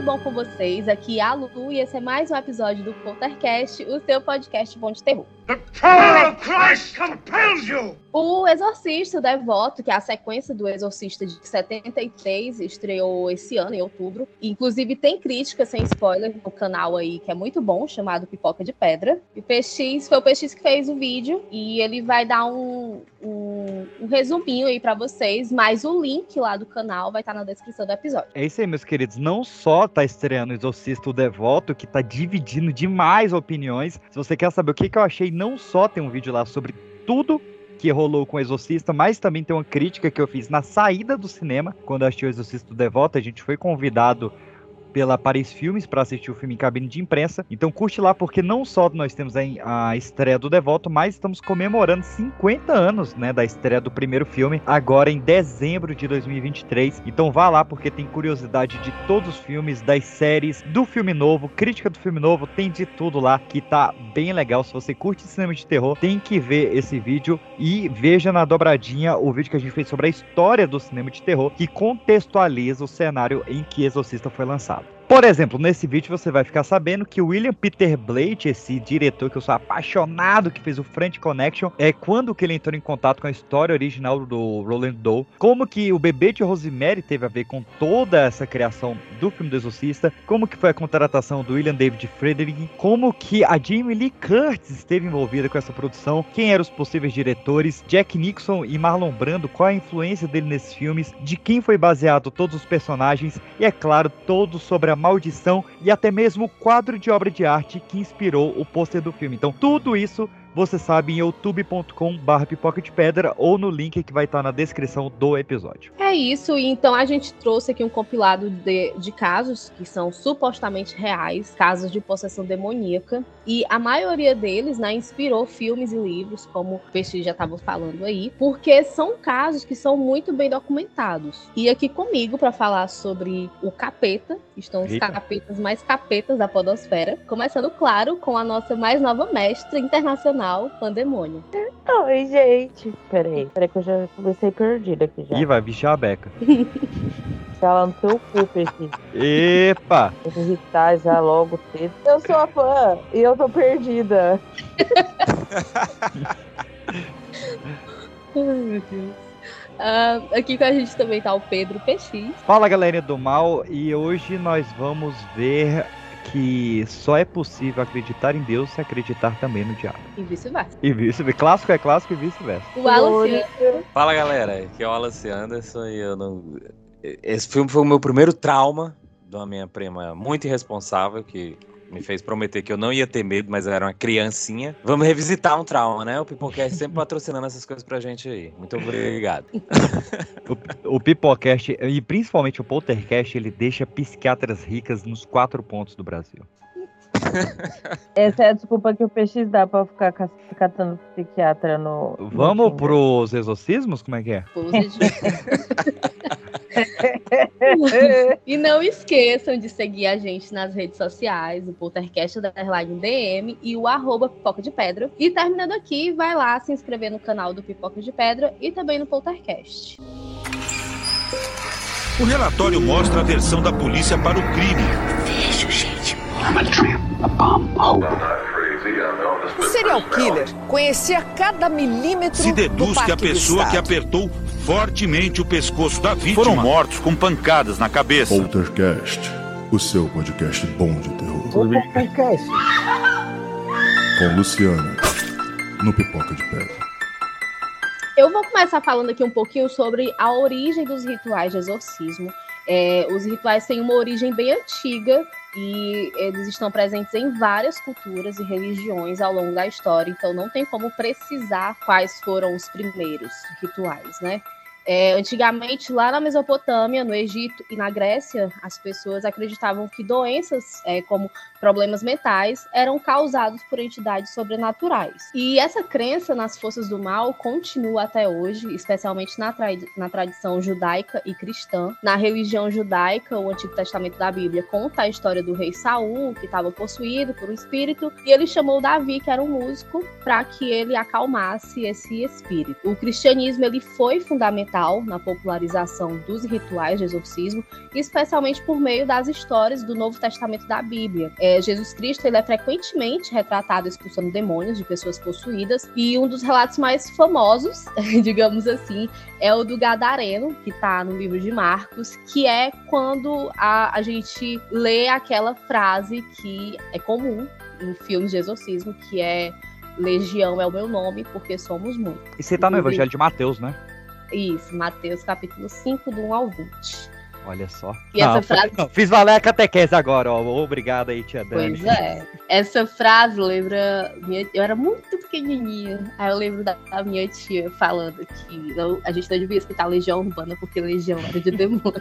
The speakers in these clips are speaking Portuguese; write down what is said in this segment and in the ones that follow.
bom com vocês? Aqui é a Lu e esse é mais um episódio do Poltercast, o seu podcast bom de terror. The power of Christ compels you! O Exorcista, o Devoto, que é a sequência do Exorcista de 73, estreou esse ano, em outubro. Inclusive tem crítica sem spoiler no canal aí, que é muito bom, chamado Pipoca de Pedra. E foi o PX que fez o vídeo e ele vai dar um resuminho aí pra vocês, mas o link lá do canal vai estar na descrição do episódio. É isso aí, meus queridos. Não só tá estreando o Exorcista, o Devoto, que tá dividindo demais opiniões. Se você quer saber o que eu achei, não só tem um vídeo lá sobre tudo que rolou com o Exorcista, mas também tem uma crítica que eu fiz na saída do cinema, quando eu assisti o Exorcista do Devoto. A gente foi convidado pela Paris Filmes para assistir o filme em cabine de imprensa. Então curte lá, porque não só nós temos a estreia do Devoto, mas estamos comemorando 50 anos, né, da estreia do primeiro filme, agora em dezembro de 2023. Então vá lá, porque tem curiosidade de todos os filmes, das séries, do filme novo, crítica do filme novo, tem de tudo lá, que tá bem legal. Se você curte cinema de terror, tem que ver esse vídeo e veja na dobradinha o vídeo que a gente fez sobre a história do cinema de terror, que contextualiza o cenário em que Exorcista foi lançado. Por exemplo, nesse vídeo você vai ficar sabendo que o William Peter Blatty, esse diretor que eu sou apaixonado, que fez o French Connection, quando que ele entrou em contato com a história original do Roland Doe, como que o bebê de Rosemary teve a ver com toda essa criação do filme do Exorcista, como que foi a contratação do William David Friedkin, como que a Jamie Lee Curtis esteve envolvida com essa produção, quem eram os possíveis diretores, Jack Nicholson e Marlon Brando, qual a influência dele nesses filmes, de quem foi baseado todos os personagens e, é claro, todos sobre a maldição e até mesmo o quadro de obra de arte que inspirou o pôster do filme. Então tudo isso você sabe em youtube.com/pipoca de pedra ou no link que vai estar na descrição do episódio. É isso, então a gente trouxe aqui um compilado de casos que são supostamente reais, casos de possessão demoníaca, e a maioria deles, né, inspirou filmes e livros, como o Peixe já estava falando aí, porque são casos que são muito bem documentados. E aqui comigo para falar sobre o capeta, estão os capetas mais capetas da podosfera, começando, claro, com a nossa mais nova mestra internacional, Pandemônia. Oi, gente. Peraí que eu já comecei perdida aqui já. Ih, vai bichar a beca. Já lá no seu cu, Peixe. Epa! Vou irritar já logo cedo. Eu sou a fã e eu tô perdida. Ai, meu Deus. Aqui com a gente também tá o Pedro PX. Fala, galerinha do mal, e hoje nós vamos ver que só é possível acreditar em Deus se acreditar também no diabo. E vice-versa. E vice-versa. Clássico é clássico e vice-versa. O Wallace. Fala, galera. Aqui é o Wallace Anderson e eu não... Esse filme foi o meu primeiro trauma de uma minha prima muito irresponsável, que me fez prometer que eu não ia ter medo, mas eu era uma criancinha. Vamos revisitar um trauma, né? O Pipocast sempre patrocinando essas coisas pra gente aí. Muito obrigado. O Pipocast, e principalmente o Poltercast, ele deixa psiquiatras ricas nos 4 pontos do Brasil. Essa é a desculpa que o PX dá pra ficar catando psiquiatra no... Vamos pros exorcismos? Como é que é? E não esqueçam de seguir a gente nas redes sociais, o Poltercast _DM e o @Pipoca de Pedra. E terminando aqui, vai lá se inscrever no canal do Pipoca de Pedra e também no Poltercast. O relatório mostra a versão da polícia para o crime. Vejo gente. O serial killer conhecia cada milímetro Se deduz do que a pessoa que apertou fortemente o pescoço da vítima foram mortos com pancadas na cabeça. Poltercast, o seu podcast bom de terror. Poltercast. Com Luciana, no Pipoca de Pedra. Eu vou começar falando aqui um pouquinho sobre a origem dos rituais de exorcismo. Os rituais têm uma origem bem antiga e eles estão presentes em várias culturas e religiões ao longo da história, então não tem como precisar quais foram os primeiros rituais, né? Antigamente, lá na Mesopotâmia, no Egito e na Grécia, as pessoas acreditavam que doenças como problemas mentais eram causados por entidades sobrenaturais. E essa crença nas forças do mal continua até hoje, especialmente na tradição judaica e cristã. Na religião judaica, o Antigo Testamento da Bíblia conta a história do rei Saul, que estava possuído por um espírito, e ele chamou Davi, que era um músico, para que ele acalmasse esse espírito. O cristianismo ele foi fundamentado fundamental na popularização dos rituais de exorcismo, especialmente por meio das histórias do Novo Testamento da Bíblia. Jesus Cristo ele é frequentemente retratado expulsando demônios de pessoas possuídas, e um dos relatos mais famosos, digamos assim, é o do Gadareno, que está no livro de Marcos, que é quando a gente lê aquela frase que é comum em filmes de exorcismo, que é Legião é o meu nome, porque somos muitos. E você tá no Evangelho de Mateus, né? Isso, Mateus capítulo 5, do 1 ao 20. Olha só. E essa frase... Fiz valer a catequese agora, ó. Obrigado aí, tia Dani. Pois é. Essa frase lembra... Eu era muito pequenininha. Aí eu lembro da minha tia falando que a gente não devia escutar Legião Urbana, porque Legião era de demônio.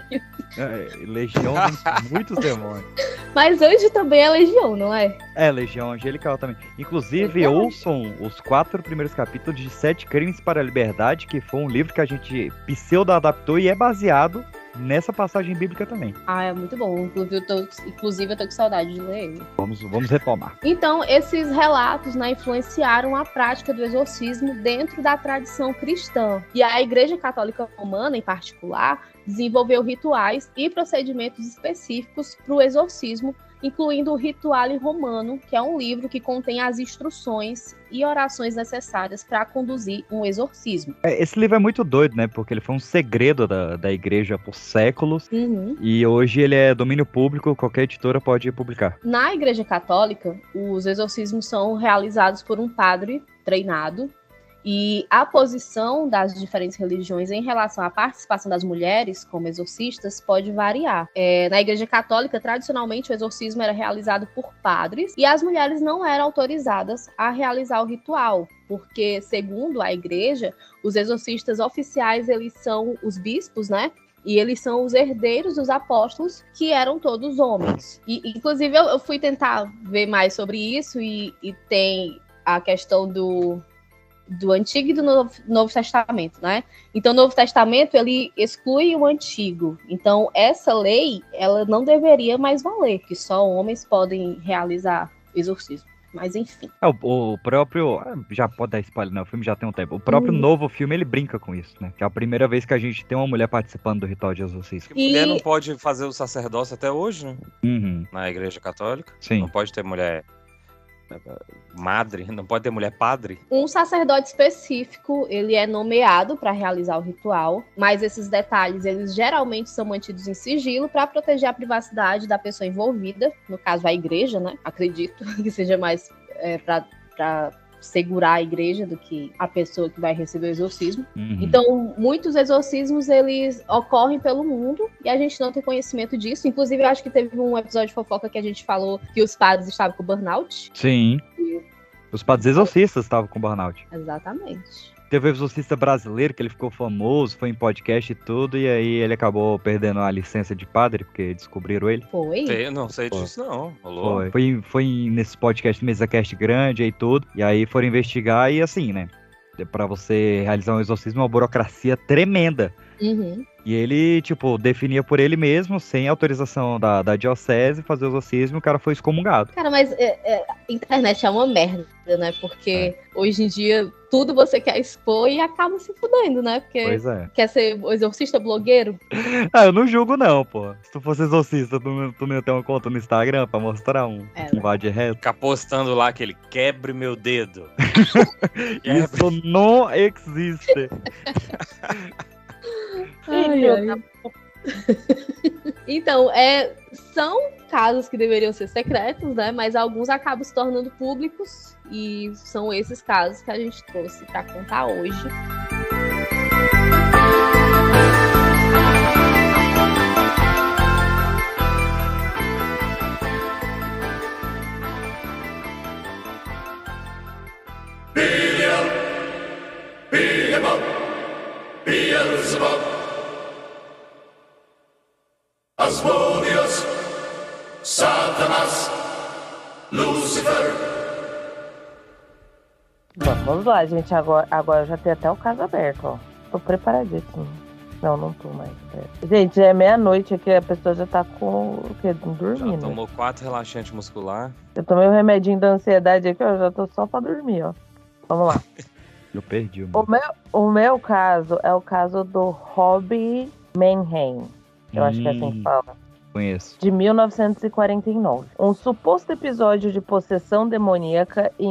Legião tem muitos demônios. Mas hoje também é Legião, não é? É, Legião Angelical também. Inclusive, ouçam os 4 primeiros capítulos de 7 Crimes para a Liberdade, que foi um livro que a gente pseudo-adaptou e é baseado nessa passagem bíblica também. Ah, é muito bom. Inclusive, eu tô com saudade de ler ele. Vamos retomar. Então, esses relatos, né, influenciaram a prática do exorcismo dentro da tradição cristã. E a Igreja Católica Romana, em particular, desenvolveu rituais e procedimentos específicos para o exorcismo, incluindo o Rituale Romano, que é um livro que contém as instruções e orações necessárias para conduzir um exorcismo. Esse livro é muito doido, né? Porque ele foi um segredo da igreja por séculos. Uhum. E hoje ele é domínio público, qualquer editora pode publicar. Na Igreja Católica, os exorcismos são realizados por um padre treinado. E a posição das diferentes religiões em relação à participação das mulheres como exorcistas pode variar. Na Igreja Católica, tradicionalmente, o exorcismo era realizado por padres e as mulheres não eram autorizadas a realizar o ritual, porque, segundo a Igreja, os exorcistas oficiais, eles são os bispos, né? E eles são os herdeiros dos apóstolos, que eram todos homens. E, inclusive, eu fui tentar ver mais sobre isso e tem a questão do Antigo e do Novo Testamento, né? Então, o Novo Testamento, ele exclui o Antigo. Então, essa lei, ela não deveria mais valer, que só homens podem realizar exorcismo. Mas, enfim. O próprio... Já pode dar spoiler, né? O filme já tem um tempo. O próprio novo filme, ele brinca com isso, né? Que é a primeira vez que a gente tem uma mulher participando do ritual de exorcismo. E mulher não pode fazer o sacerdócio até hoje, né? Uhum. Na Igreja Católica. Sim. Não pode ter mulher... madre, não pode ter mulher padre. Um sacerdote específico, ele é nomeado para realizar o ritual, mas esses detalhes, eles geralmente são mantidos em sigilo para proteger a privacidade da pessoa envolvida, no caso a igreja, né? Acredito que seja mais para segurar a igreja do que a pessoa que vai receber o exorcismo. Uhum. Então, muitos exorcismos, eles ocorrem pelo mundo e a gente não tem conhecimento disso. Inclusive, eu acho que teve um episódio de fofoca que a gente falou que os padres estavam com burnout. Sim. Os padres exorcistas estavam com burnout. Exatamente. Teve o exorcista brasileiro, que ele ficou famoso, foi em podcast e tudo, e aí ele acabou perdendo a licença de padre, porque descobriram ele. Foi? Eu não sei disso, não. Rolou. Foi nesse podcast MesaCast grande e tudo, e aí foram investigar, e assim, né? Pra você realizar um exorcismo é uma burocracia tremenda. Uhum. E ele, tipo, definia por ele mesmo, sem autorização da diocese, fazer o exorcismo, e o cara foi excomungado. Cara, mas a internet é uma merda, né? Porque hoje em dia tudo você quer expor e acaba se fudendo, né? Porque quer ser exorcista blogueiro. Eu não julgo não, pô. Se tu fosse exorcista, tu não ia ter uma conta no Instagram pra mostrar um vade reto. Ficar postando lá que ele quebre meu dedo. Isso não existe. Ai. Então, são casos que deveriam ser secretos, né? Mas alguns acabam se tornando públicos e são esses casos que a gente trouxe para contar hoje. Beelzebub, Asmodeus, Satanás, Lúcifer. Vamos lá, gente. Agora eu já tenho até o caso aberto, ó. Tô preparadíssimo. Não tô mais. Gente, é meia-noite aqui, a pessoa já tá com o quê? Dormindo. Já tomou 4 relaxantes muscular. Eu tomei o remedinho da ansiedade aqui, ó. Já tô só pra dormir, ó. Vamos lá. Eu perdi O meu caso é o caso do Robbie Manheim. Eu acho que é assim que fala. Conheço. De 1949. Um suposto episódio de possessão demoníaca em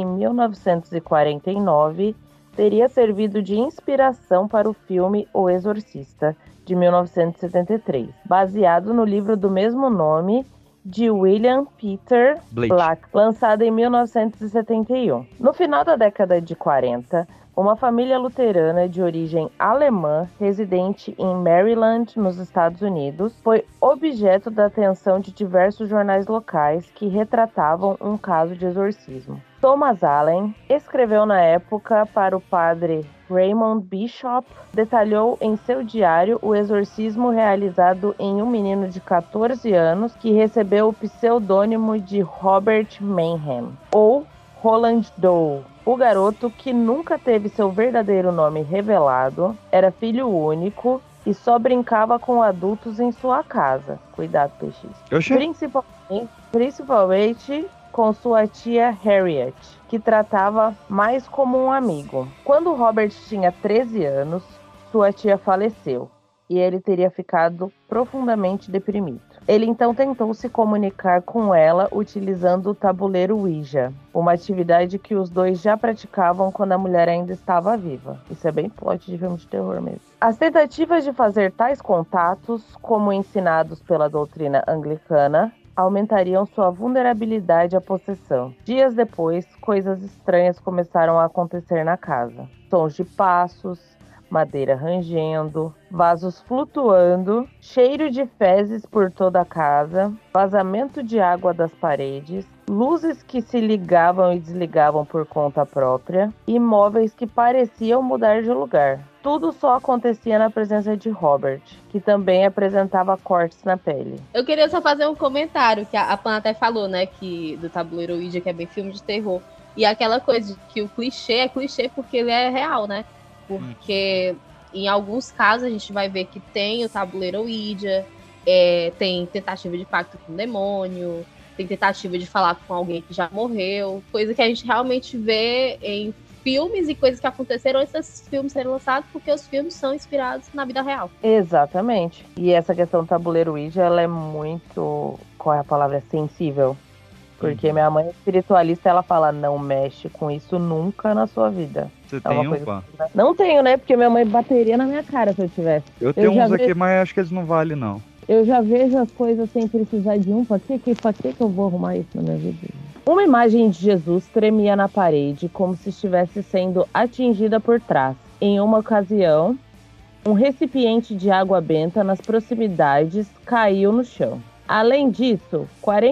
1949 teria servido de inspiração para o filme O Exorcista, de 1973, baseado no livro do mesmo nome de William Peter Black, lançado em 1971. No final da década de 40, uma família luterana de origem alemã, residente em Maryland, nos Estados Unidos, foi objeto da atenção de diversos jornais locais que retratavam um caso de exorcismo. Thomas Allen escreveu na época para o padre Raymond Bishop, detalhou em seu diário o exorcismo realizado em um menino de 14 anos que recebeu o pseudônimo de Robert Manheim, ou Roland Doe. O garoto, que nunca teve seu verdadeiro nome revelado, era filho único e só brincava com adultos em sua casa. Cuidado, PX. Principalmente com sua tia Harriet, que tratava mais como um amigo. Quando Robert tinha 13 anos, sua tia faleceu e ele teria ficado profundamente deprimido. Ele então tentou se comunicar com ela utilizando o tabuleiro Ouija, uma atividade que os dois já praticavam quando a mulher ainda estava viva. Isso é bem plot de filme de terror mesmo. As tentativas de fazer tais contatos, como ensinados pela doutrina anglicana, aumentariam sua vulnerabilidade à possessão. Dias depois, coisas estranhas começaram a acontecer na casa. Sons de passos, madeira rangendo, vasos flutuando, cheiro de fezes por toda a casa, vazamento de água das paredes, luzes que se ligavam e desligavam por conta própria e móveis que pareciam mudar de lugar. Tudo só acontecia na presença de Robert, que também apresentava cortes na pele. Eu queria só fazer um comentário, que a Pan até falou, né, que do tabuleiro Ouija, que é bem filme de terror. E aquela coisa de que o clichê é clichê porque ele é real, né? Porque em alguns casos a gente vai ver que tem o tabuleiro Ouija, tem tentativa de pacto com o demônio, tem tentativa de falar com alguém que já morreu, coisa que a gente realmente vê em filmes e coisas que aconteceram antes desses filmes serem lançados, porque os filmes são inspirados na vida real. Exatamente. E essa questão do tabuleiro Ouija, ela é muito, qual é a palavra, sensível. Porque minha mãe é espiritualista, ela fala, não mexe com isso nunca na sua vida. Você tem um, Pan? Não tenho, né? Porque minha mãe bateria na minha cara se eu tivesse. Eu tenho uns aqui, mas acho que eles não valem, não. Eu já vejo as coisas sem precisar de um. Pra que eu vou arrumar isso na minha vida? Uma imagem de Jesus tremia na parede, como se estivesse sendo atingida por trás. Em uma ocasião, um recipiente de água benta nas proximidades caiu no chão. Além disso,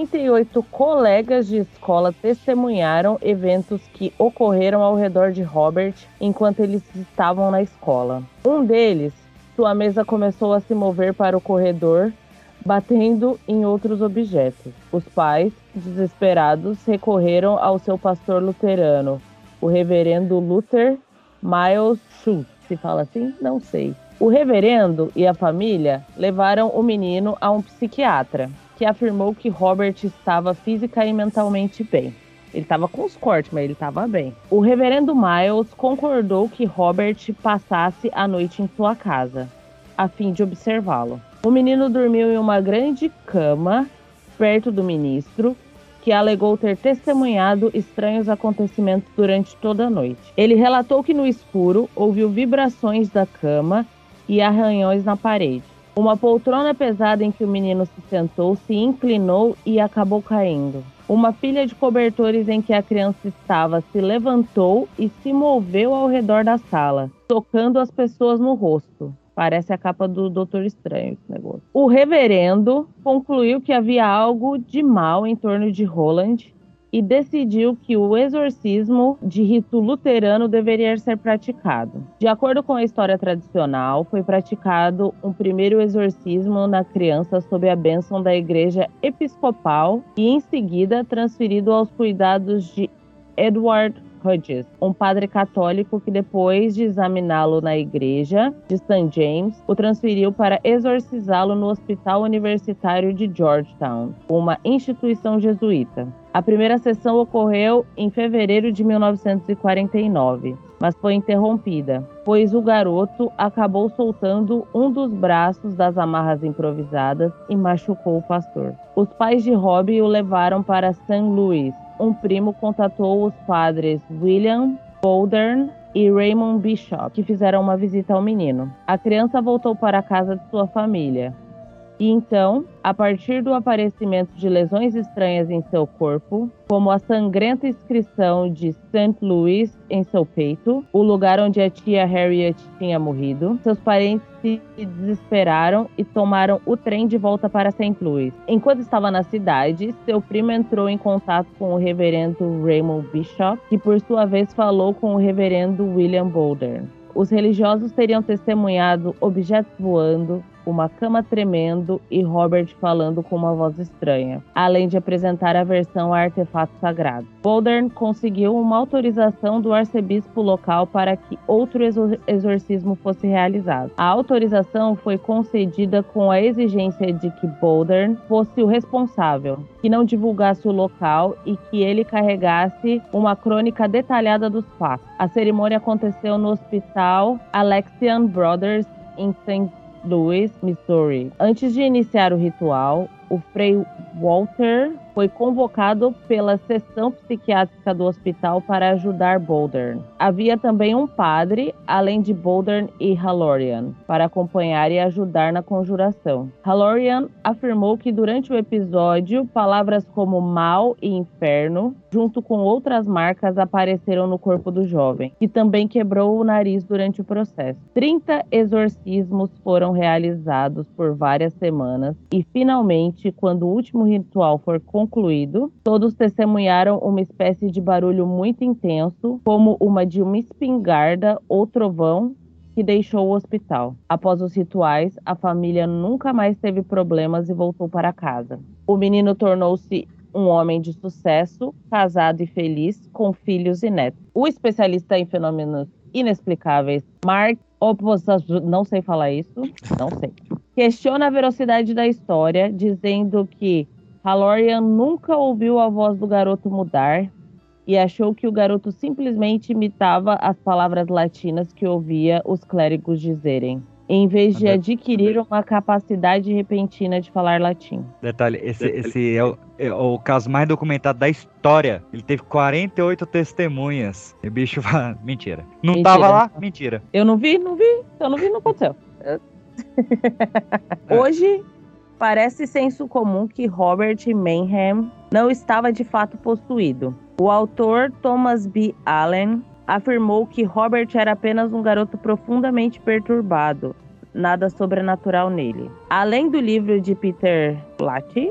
48 colegas de escola testemunharam eventos que ocorreram ao redor de Robert enquanto eles estavam na escola. Um deles, sua mesa começou a se mover para o corredor, batendo em outros objetos. Os pais, desesperados, recorreram ao seu pastor luterano, o reverendo Luther Miles Schultz. Se fala assim? Não sei. O reverendo e a família levaram o menino a um psiquiatra, que afirmou que Robert estava física e mentalmente bem. Ele estava com os cortes, mas ele estava bem. O reverendo Miles concordou que Robert passasse a noite em sua casa, a fim de observá-lo. O menino dormiu em uma grande cama, perto do ministro, que alegou ter testemunhado estranhos acontecimentos durante toda a noite. Ele relatou que no escuro ouviu vibrações da cama e arranhões na parede. Uma poltrona pesada em que o menino se sentou se inclinou e acabou caindo. Uma pilha de cobertores em que a criança estava se levantou e se moveu ao redor da sala, tocando as pessoas no rosto. Parece a capa do Doutor Estranho, esse negócio. O reverendo concluiu que havia algo de mal em torno de Roland e decidiu que o exorcismo de rito luterano deveria ser praticado. De acordo com a história tradicional, foi praticado um primeiro exorcismo na criança sob a bênção da igreja episcopal e, em seguida, transferido aos cuidados de Edward Hughes, um padre católico que, depois de examiná-lo na igreja de St. James, o transferiu para exorcizá-lo no Hospital Universitário de Georgetown, uma instituição jesuíta. A primeira sessão ocorreu em fevereiro de 1949. mas foi interrompida, pois o garoto acabou soltando um dos braços das amarras improvisadas e machucou o pastor. Os pais de Robbie o levaram para St. Louis. Um primo contatou os padres William Bouldern e Raymond Bishop, que fizeram uma visita ao menino. A criança voltou para a casa de sua família. E então, a partir do aparecimento de lesões estranhas em seu corpo, como a sangrenta inscrição de St. Louis em seu peito, o lugar onde a tia Harriet tinha morrido, seus parentes se desesperaram e tomaram o trem de volta para St. Louis. Enquanto estava na cidade, seu primo entrou em contato com o reverendo Raymond Bishop, que por sua vez falou com o reverendo William Bouldern. Os religiosos teriam testemunhado objetos voando, uma cama tremendo e Robert falando com uma voz estranha, além de apresentar a versão a artefatos sagrados. Bouldern conseguiu uma autorização do arcebispo local para que outro exorcismo fosse realizado. A autorização foi concedida com a exigência de que Bouldern fosse o responsável, que não divulgasse o local e que ele carregasse uma crônica detalhada dos fatos. A cerimônia aconteceu no Hospital Alexian Brothers em St. Louis, Missouri. Antes de iniciar o ritual, o Frei Walter foi convocado pela seção psiquiátrica do hospital para ajudar Bouldern. Havia também um padre, além de Bouldern e Halloran, para acompanhar e ajudar na conjuração. Halloran afirmou que durante o episódio, palavras como mal e inferno, junto com outras marcas, apareceram no corpo do jovem, que também quebrou o nariz durante o processo. 30 exorcismos foram realizados por várias semanas e, finalmente, quando o último ritual for concluído, todos testemunharam uma espécie de barulho muito intenso, como uma de uma espingarda ou trovão que deixou o hospital. Após os rituais, a família nunca mais teve problemas e voltou para casa. O menino tornou-se um homem de sucesso, casado e feliz, com filhos e netos. O especialista em fenômenos inexplicáveis, Mark não sei falar isso, não sei. Questiona a veracidade da história, dizendo que Halloran nunca ouviu a voz do garoto mudar e achou que o garoto simplesmente imitava as palavras latinas que ouvia os clérigos dizerem, em vez de adquirir uma capacidade repentina de falar latim. Detalhe, esse é o caso mais documentado da história. Ele teve 48 testemunhas. E o bicho fala, mentira. Não tava lá? Mentira. Eu não vi. Eu não vi, não aconteceu. Hoje, parece senso comum que Robert Mayhem não estava de fato possuído. O autor Thomas B. Allen afirmou que Robert era apenas um garoto profundamente perturbado, nada sobrenatural nele. Além do livro de Peter Blatty,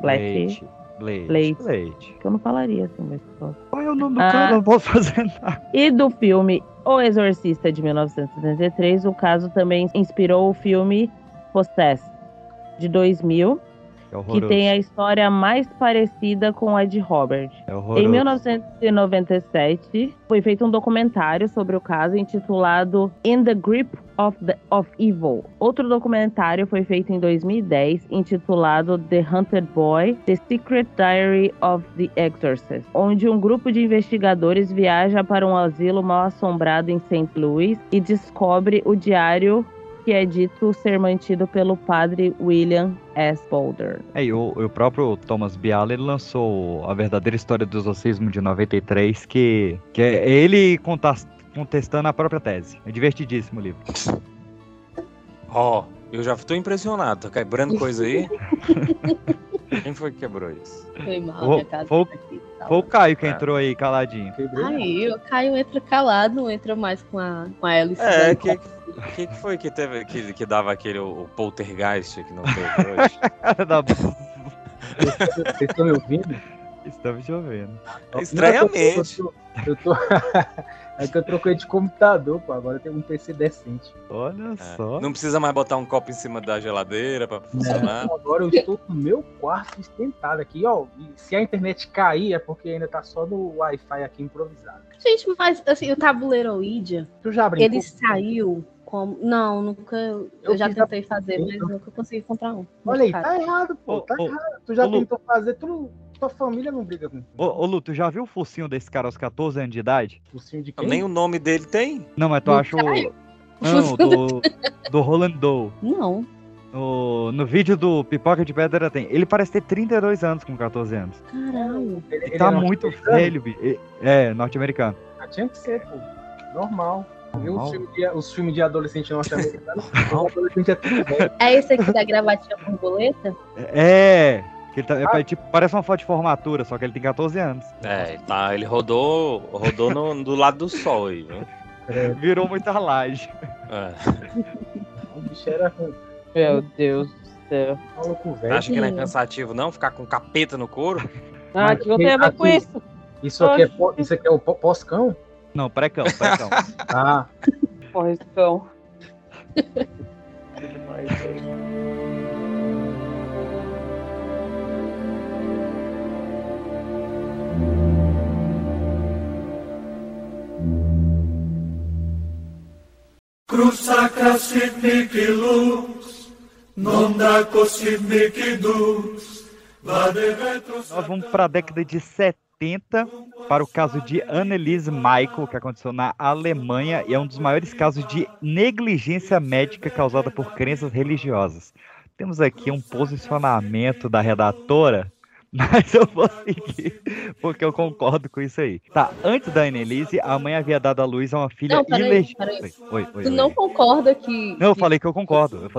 que eu não falaria assim, mas qual é o nome do cara? Não posso fazer nada. E do filme O Exorcista de 1973, o caso também inspirou o filme Possessed de 2000, que tem a história mais parecida com a de Robert. Em 1997, foi feito um documentário sobre o caso intitulado In the Grip of Evil. Outro documentário foi feito em 2010, intitulado The Hunted Boy, The Secret Diary of the Exorcist, onde um grupo de investigadores viaja para um asilo mal assombrado em St. Louis e descobre o diário que é dito ser mantido pelo padre William S. Bouldern. E o próprio Thomas B. Allen lançou A Verdadeira História do Exorcismo de 93, que é ele contestando a própria tese. É divertidíssimo o livro. Eu já tô impressionado. Tá quebrando coisa aí? Quem foi que quebrou isso? Foi mal, minha casa foi o Caio que entrou aí caladinho. Aí, o Caio entra calado, não entra mais com a Alice. Que foi que teve que dava aquele o poltergeist que não teve hoje? Vocês estão me ouvindo? Estamos te ouvindo. Estranhamente. É que eu troquei de computador, pô. Agora tem um PC decente. Olha só. Não precisa mais botar um copo em cima da geladeira pra funcionar. Agora eu estou no meu quarto esquentado aqui, ó. E se a internet cair, é porque ainda tá só no Wi-Fi aqui improvisado. Gente, mas assim, o tabuleiro Ouija, tu já brincou? Ele saiu como... Não, nunca... Eu já tentei fazer, mas nunca consegui comprar um. Olha aí, tá errado, pô. Tá errado. Tu já tentou fazer, tu Tua família não briga com Ô, Lu, tu já viu o focinho desse cara aos 14 anos de idade? focinho de quem? Nem o nome dele tem. Não, mas tu achou... Caio? Não, do Roland Doe. Não. No vídeo do Pipoca de Pedra tem. Ele parece ter 32 anos com 14 anos. Caralho. Ele tá muito velho, bicho. É, norte-americano. Ah, tinha que ser, pô. Normal. Viu Normal. os filmes de adolescente norte-americano? O adolescente é tudo velho. É esse aqui da gravatinha borboleta? É. Que ele tá, tipo, parece uma foto de formatura, só que ele tem 14 anos. Ele rodou do lado do sol aí, viu? Virou muita laje. O bicho era Meu Deus do céu. maluco velho. Acha que não é cansativo, não? Ficar com capeta no couro? Ah, o que eu tenho a ver com aqui- isso? Isso aqui é o pós-cão? Não, pré-cão. Ah, Porra, esse cão. Nós vamos para a década de 70 para o caso de Anneliese Michael, que aconteceu na Alemanha e é um dos maiores casos de negligência médica causada por crenças religiosas. Temos aqui um posicionamento da redatora, mas eu vou seguir, porque eu concordo com isso aí. Tá, antes da Anneliese, a mãe havia dado à luz a uma filha Não, peraí. ilegítima. Oi. Tu não concorda que... Não, eu falei que eu concordo.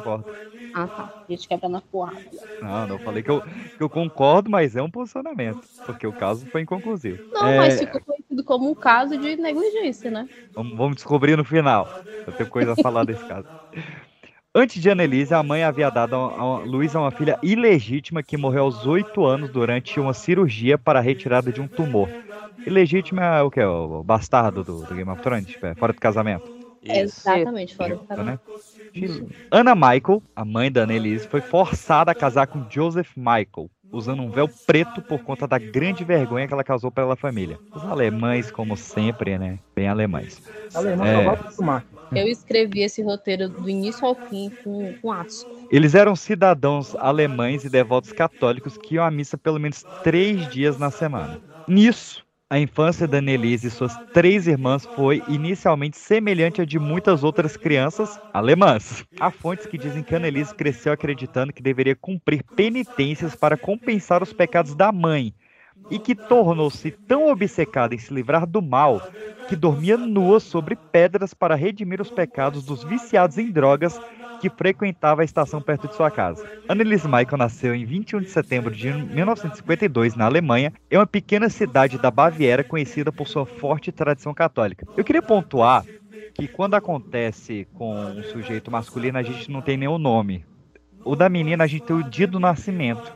Ah, tá. A gente quebra na porrada. Não, eu falei que eu concordo, mas é um posicionamento, porque o caso foi inconclusivo. Não, mas ficou conhecido como um caso de negligência, né? Vamos descobrir no final. Eu tenho coisa a falar desse caso. Antes de Anneliese, a mãe havia dado à luz a uma filha ilegítima que morreu aos 8 anos durante uma cirurgia para a retirada de um tumor. Ilegítima é o quê? O bastardo do Game of Thrones? Tipo, fora do casamento. Exatamente, fora do casamento. Né? Anna Michael, a mãe da Anneliese, foi forçada a casar com Joseph Michael, usando um véu preto por conta da grande vergonha que ela causou pela família. Os alemães, como sempre, né? Bem alemães. alemão só vai acostumar. Eu escrevi esse roteiro do início ao fim com asco. Eles eram cidadãos alemães e devotos católicos que iam à missa pelo menos 3 dias na semana. Nisso, a infância da Anneliese e suas 3 irmãs foi inicialmente semelhante à de muitas outras crianças alemãs. Há fontes que dizem que Anneliese cresceu acreditando que deveria cumprir penitências para compensar os pecados da mãe, e que tornou-se tão obcecada em se livrar do mal que dormia nua sobre pedras para redimir os pecados dos viciados em drogas que frequentava a estação perto de sua casa. Anneliese Michael nasceu em 21 de setembro de 1952 na Alemanha, em uma pequena cidade da Baviera conhecida por sua forte tradição católica. Eu queria pontuar que quando acontece com um sujeito masculino a gente não tem nenhum nome. O da menina a gente tem o dia do nascimento.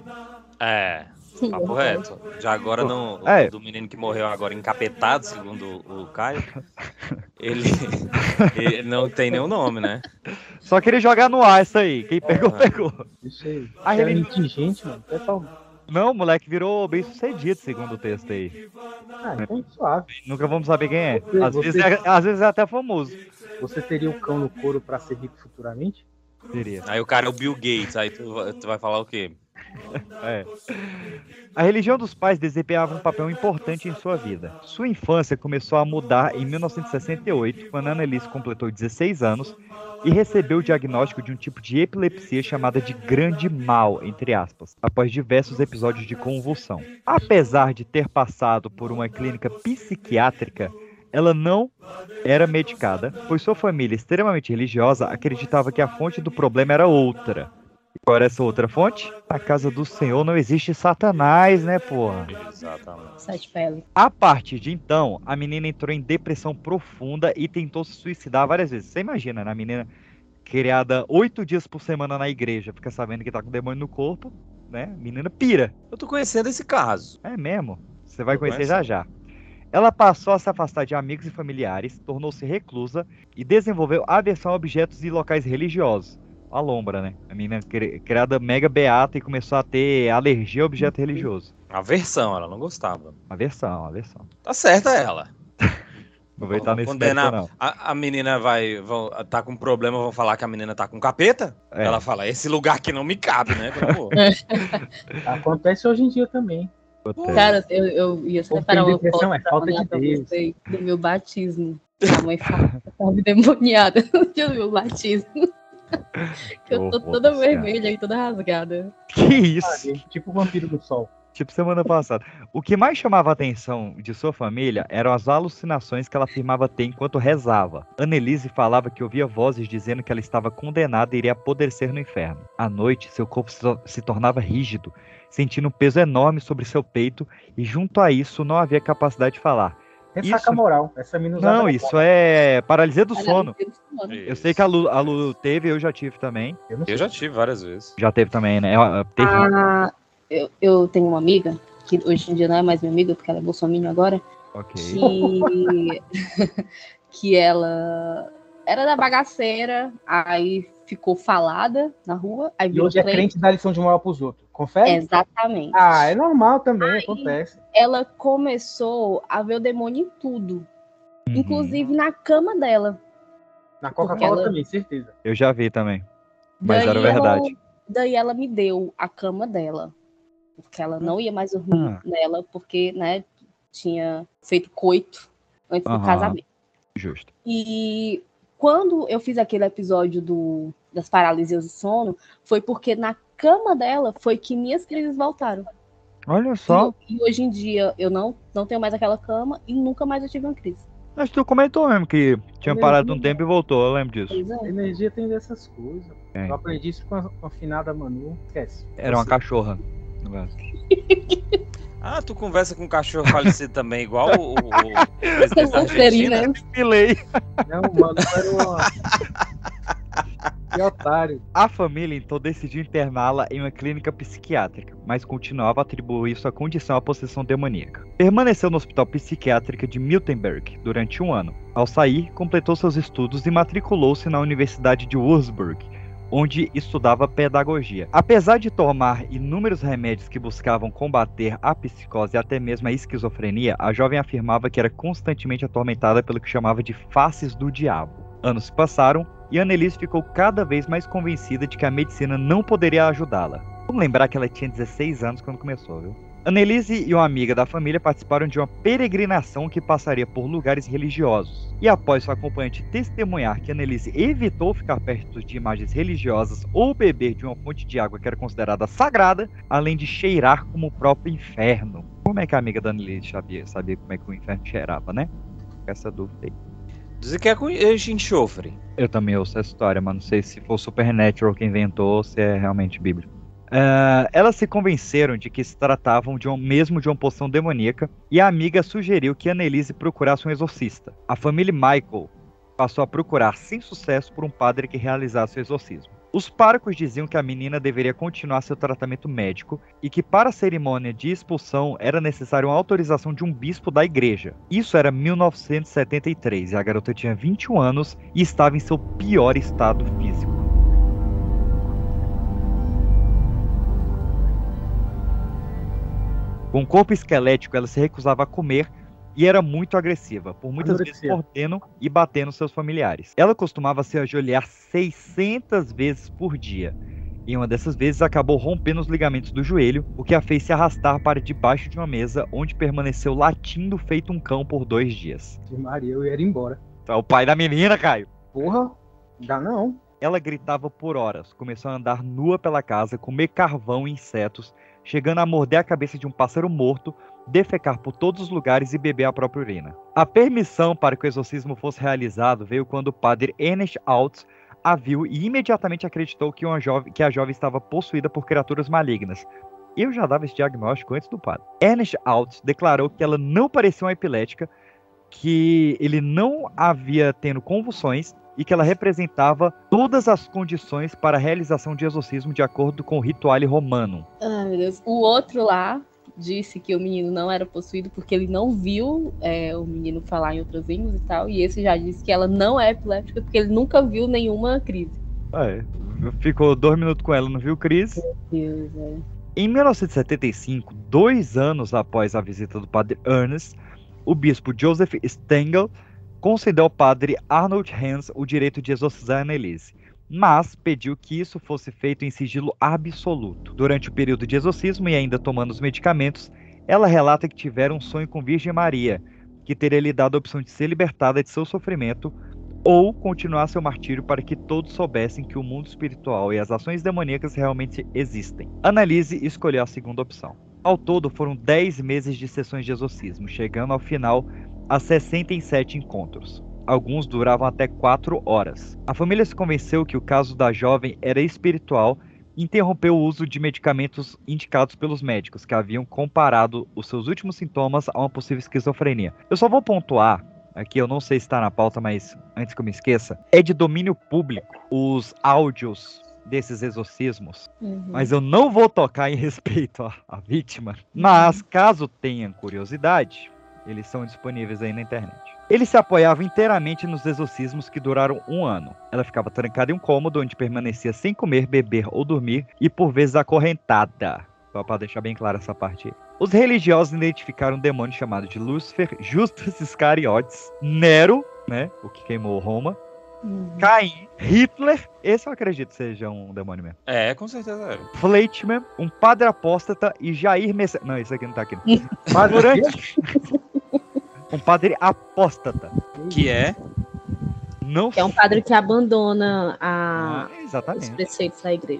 Tá correto. Já agora não. Do menino que morreu agora encapetado, segundo o Caio. Ele não tem nenhum nome, né? Só queria jogar no ar isso aí. Quem pegou, pegou. Deixa aí. A É indigente, mano. Não, o moleque virou bem sucedido, segundo o texto aí. Ah, então suave. Nunca vamos saber quem é. Você- Às vezes é até famoso. Você teria o cão no couro pra ser rico futuramente? Teria. Aí o cara é o Bill Gates, aí tu vai falar o quê? A religião dos pais desempenhava um papel importante em sua vida. Sua infância começou a mudar em 1968, quando Anneliese completou 16 anos e recebeu o diagnóstico de um tipo de epilepsia chamada de grande mal, entre aspas, após diversos episódios de convulsão. Apesar de ter passado por uma clínica psiquiátrica, ela não era medicada, pois sua família, extremamente religiosa, acreditava que a fonte do problema era outra. Qual era essa outra fonte? Na casa do Senhor não existe Satanás, né, porra? Exatamente. Sete pele. A partir de então, a menina entrou em depressão profunda e tentou se suicidar várias vezes. Você imagina, né? A menina criada 8 dias por semana na igreja, fica sabendo que tá com demônio no corpo, né? Menina pira. Eu tô conhecendo esse caso. É mesmo? Você vai Tô conhecer conhecendo. já já. Ela passou a se afastar de amigos e familiares, tornou-se reclusa e desenvolveu aversão a objetos e locais religiosos. A lombra, né? A menina criada mega beata e começou a ter alergia a objeto religioso. Aversão, ela não gostava. Aversão. Tá certa ela. Não vou entrar nesse Condenar. mérito, não. A menina tá com problema, vão falar que a menina tá com capeta? É. Ela fala, esse lugar aqui não me cabe, né? Pelo amor. Acontece hoje em dia também. Cara, eu ia separar uma foto é falta de Deus. Do meu batismo. A mãe fala que eu tava endemoniada do meu batismo. Que eu tô toda vermelha e toda rasgada. Que isso? Tipo o vampiro do sol. Tipo semana passada. O que mais chamava a atenção de sua família eram as alucinações que ela afirmava ter enquanto rezava. Annelise falava que ouvia vozes dizendo que ela estava condenada e iria apodrecer no inferno. À noite, seu corpo se tornava rígido, sentindo um peso enorme sobre seu peito e junto a isso não havia capacidade de falar. Ressaca moral. Essa não, isso é paralisia do sono. Eu sei que a Lu teve, eu já tive também. Eu já tive várias vezes. Já teve também, né? Eu tenho uma amiga, que hoje em dia não é mais minha amiga, porque ela é bolsominion agora, que ela era da bagaceira, aí ficou falada na rua. Aí e hoje é crente da lição de moral pros outros. Confere? Exatamente. Ah, é normal também, aí, acontece. Ela começou a ver o demônio em tudo. Inclusive na cama dela. Na Coca-Cola também, certeza. Eu já vi também. Mas era verdade. Daí ela me deu a cama dela. Porque ela não ia mais dormir nela, porque, né, tinha feito coito antes do casamento. Justo. E quando eu fiz aquele episódio das paralisias do sono, foi porque na cama dela foi que minhas crises voltaram. Olha só. E hoje em dia eu não tenho mais aquela cama e nunca mais eu tive uma crise. Mas tu comentou mesmo que tinha parado um tempo e voltou, eu lembro disso. A energia tem dessas coisas. Eu aprendi isso com a afinada Manu. Esquece. Era uma cachorra. Ah, tu conversa com um cachorro falecido também, igual o presidente da Argentina? Não, mano, era uma... Que otário. A família então decidiu interná-la em uma clínica psiquiátrica, mas continuava a atribuir sua condição à possessão demoníaca. Permaneceu no hospital psiquiátrico de Miltenberg durante 1 ano. Ao sair, completou seus estudos e matriculou-se na Universidade de Würzburg, onde estudava pedagogia. Apesar de tomar inúmeros remédios que buscavam combater a psicose e até mesmo a esquizofrenia, a jovem afirmava que era constantemente atormentada pelo que chamava de faces do diabo. Anos se passaram e Annelise ficou cada vez mais convencida de que a medicina não poderia ajudá-la. Vamos lembrar que ela tinha 16 anos quando começou, viu? Annelise e uma amiga da família participaram de uma peregrinação que passaria por lugares religiosos. E após sua acompanhante testemunhar que Annelise evitou ficar perto de imagens religiosas ou beber de uma fonte de água que era considerada sagrada, além de cheirar como o próprio inferno. Como é que a amiga da Annelise sabia como é que o inferno cheirava, né? Essa dúvida aí. Dizem que é com enxofre. Eu também ouço essa história, mas não sei se foi o Supernatural que inventou ou se é realmente bíblico. Elas se convenceram de que se tratavam de uma poção demoníaca e a amiga sugeriu que Annelise procurasse um exorcista. A família Michael passou a procurar sem sucesso por um padre que realizasse o exorcismo. Os párocos diziam que a menina deveria continuar seu tratamento médico e que para a cerimônia de expulsão era necessária uma autorização de um bispo da igreja. Isso era 1973 e a garota tinha 21 anos e estava em seu pior estado físico. Com o corpo esquelético, ela se recusava a comer e era muito agressiva, por muitas vezes mordendo e batendo seus familiares. Ela costumava se ajoelhar 600 vezes por dia. E uma dessas vezes acabou rompendo os ligamentos do joelho, o que a fez se arrastar para debaixo de uma mesa, onde permaneceu latindo feito um cão por 2 dias. Maria, eu ia ir embora. Tu é o pai da menina, Caio. Porra, dá não. Ela gritava por horas, começou a andar nua pela casa, comer carvão e insetos, chegando a morder a cabeça de um pássaro morto, defecar por todos os lugares e beber a própria urina. A permissão para que o exorcismo fosse realizado veio quando o padre Ernest Altz a viu e imediatamente acreditou que a jovem estava possuída por criaturas malignas. Eu já dava esse diagnóstico antes do padre. Ernest Altz declarou que ela não parecia uma epilética, que ele não havia tendo convulsões e que ela representava todas as condições para a realização de exorcismo de acordo com o rituale romano. Ai, meu Deus. O outro lá disse que o menino não era possuído porque ele não viu o menino falar em outras línguas e tal, e esse já disse que ela não é epiléptica porque ele nunca viu nenhuma crise. Ficou 2 minutos com ela, não viu crise? Meu Deus, Em 1975, 2 anos após a visita do padre Ernest, o bispo Joseph Stengel concedeu ao padre Arnold Hans o direito de exorcizar Annelise, mas pediu que isso fosse feito em sigilo absoluto. Durante o período de exorcismo e ainda tomando os medicamentos, Ela relata que tiveram um sonho com Virgem Maria, que teria lhe dado a opção de ser libertada de seu sofrimento ou continuar seu martírio para que todos soubessem que o mundo espiritual e as ações demoníacas realmente existem. Annalise escolheu a segunda opção. Ao todo, foram 10 meses de sessões de exorcismo, chegando ao final a 67 encontros. Alguns duravam até 4 horas. A família se convenceu que o caso da jovem era espiritual e interrompeu o uso de medicamentos indicados pelos médicos, que haviam comparado os seus últimos sintomas a uma possível esquizofrenia. Eu só vou pontuar, aqui eu não sei se está na pauta, mas antes que eu me esqueça, é de domínio público os áudios desses exorcismos, mas eu não vou tocar em respeito à vítima. Mas, caso tenham curiosidade, eles são disponíveis aí na internet. Ele se apoiava inteiramente nos exorcismos que duraram 1 ano. Ela ficava trancada em um cômodo onde permanecia sem comer, beber ou dormir e por vezes acorrentada. Só para deixar bem clara essa parte aí. Os religiosos identificaram um demônio chamado de Lúcifer, Justus Iscariotes, Nero, né, o que queimou Roma, Caim, Hitler, esse eu acredito seja um demônio mesmo. É, com certeza é. Fleischmann, um padre apóstata e Jair Messias. Não, isso aqui não tá aqui. Um padre apóstata. Que é? Não. Que é um padre que abandona os exatamente. preceitos da igreja.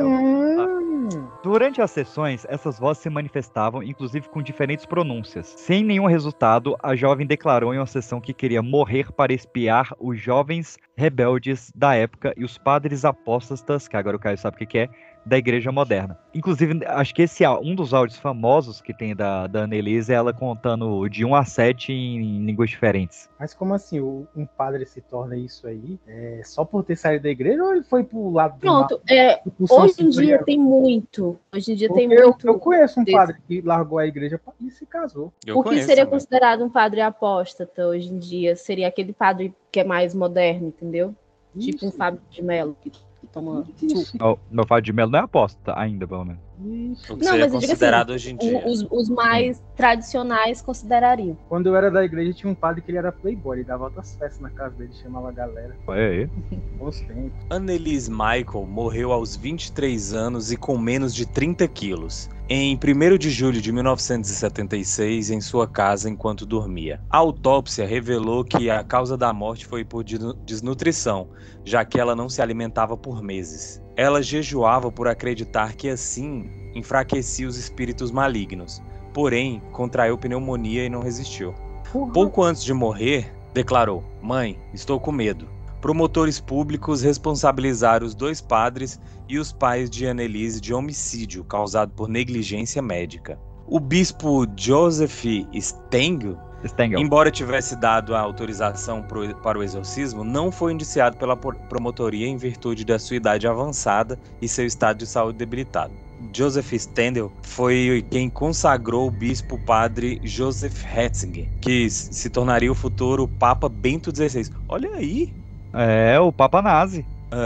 Durante as sessões, essas vozes se manifestavam, inclusive com diferentes pronúncias. Sem nenhum resultado, a jovem declarou em uma sessão que queria morrer para espiar os jovens rebeldes da época e os padres apóstatas, que agora o Caio sabe o que é, da igreja moderna. Inclusive, acho que esse um dos áudios famosos que tem da Annelise é ela contando de 1 a 7 em línguas diferentes. Mas como assim, um padre se torna isso aí? Só por ter saído da igreja ou ele foi pro lado do Pronto, hoje em dia tem muito. Hoje em dia tem muito. Eu conheço um padre que largou a igreja e se casou. O que seria considerado um padre apóstata hoje em dia seria aquele padre que é mais moderno, entendeu? Isso. Tipo um Fábio de Mello que toma suco. Meu Fábio de Mello não é apóstata ainda, pelo menos. O que seria considerado hoje em dia. Os mais tradicionais considerariam. Quando eu era da igreja, tinha um padre que ele era playboy, ele dava outras festas na casa dele, chamava a galera. Bons tempos. Annelise Michael morreu aos 23 anos e com menos de 30 quilos. Em 1º de julho de 1976, em sua casa enquanto dormia. A autópsia revelou que a causa da morte foi por desnutrição, já que ela não se alimentava por meses. Ela jejuava por acreditar que assim enfraquecia os espíritos malignos. Porém, contraiu pneumonia e não resistiu. Pouco antes de morrer, declarou: "Mãe, estou com medo." Promotores públicos responsabilizaram os 2 padres e os pais de Annelise de homicídio causado por negligência médica. O bispo Joseph Stengel, embora tivesse dado a autorização para o exorcismo, não foi indiciado pela promotoria em virtude da sua idade avançada e seu estado de saúde debilitado. Joseph Stengel foi quem consagrou o bispo padre Joseph Ratzinger, que se tornaria o futuro Papa Bento XVI. Olha aí! O Papa Nazi.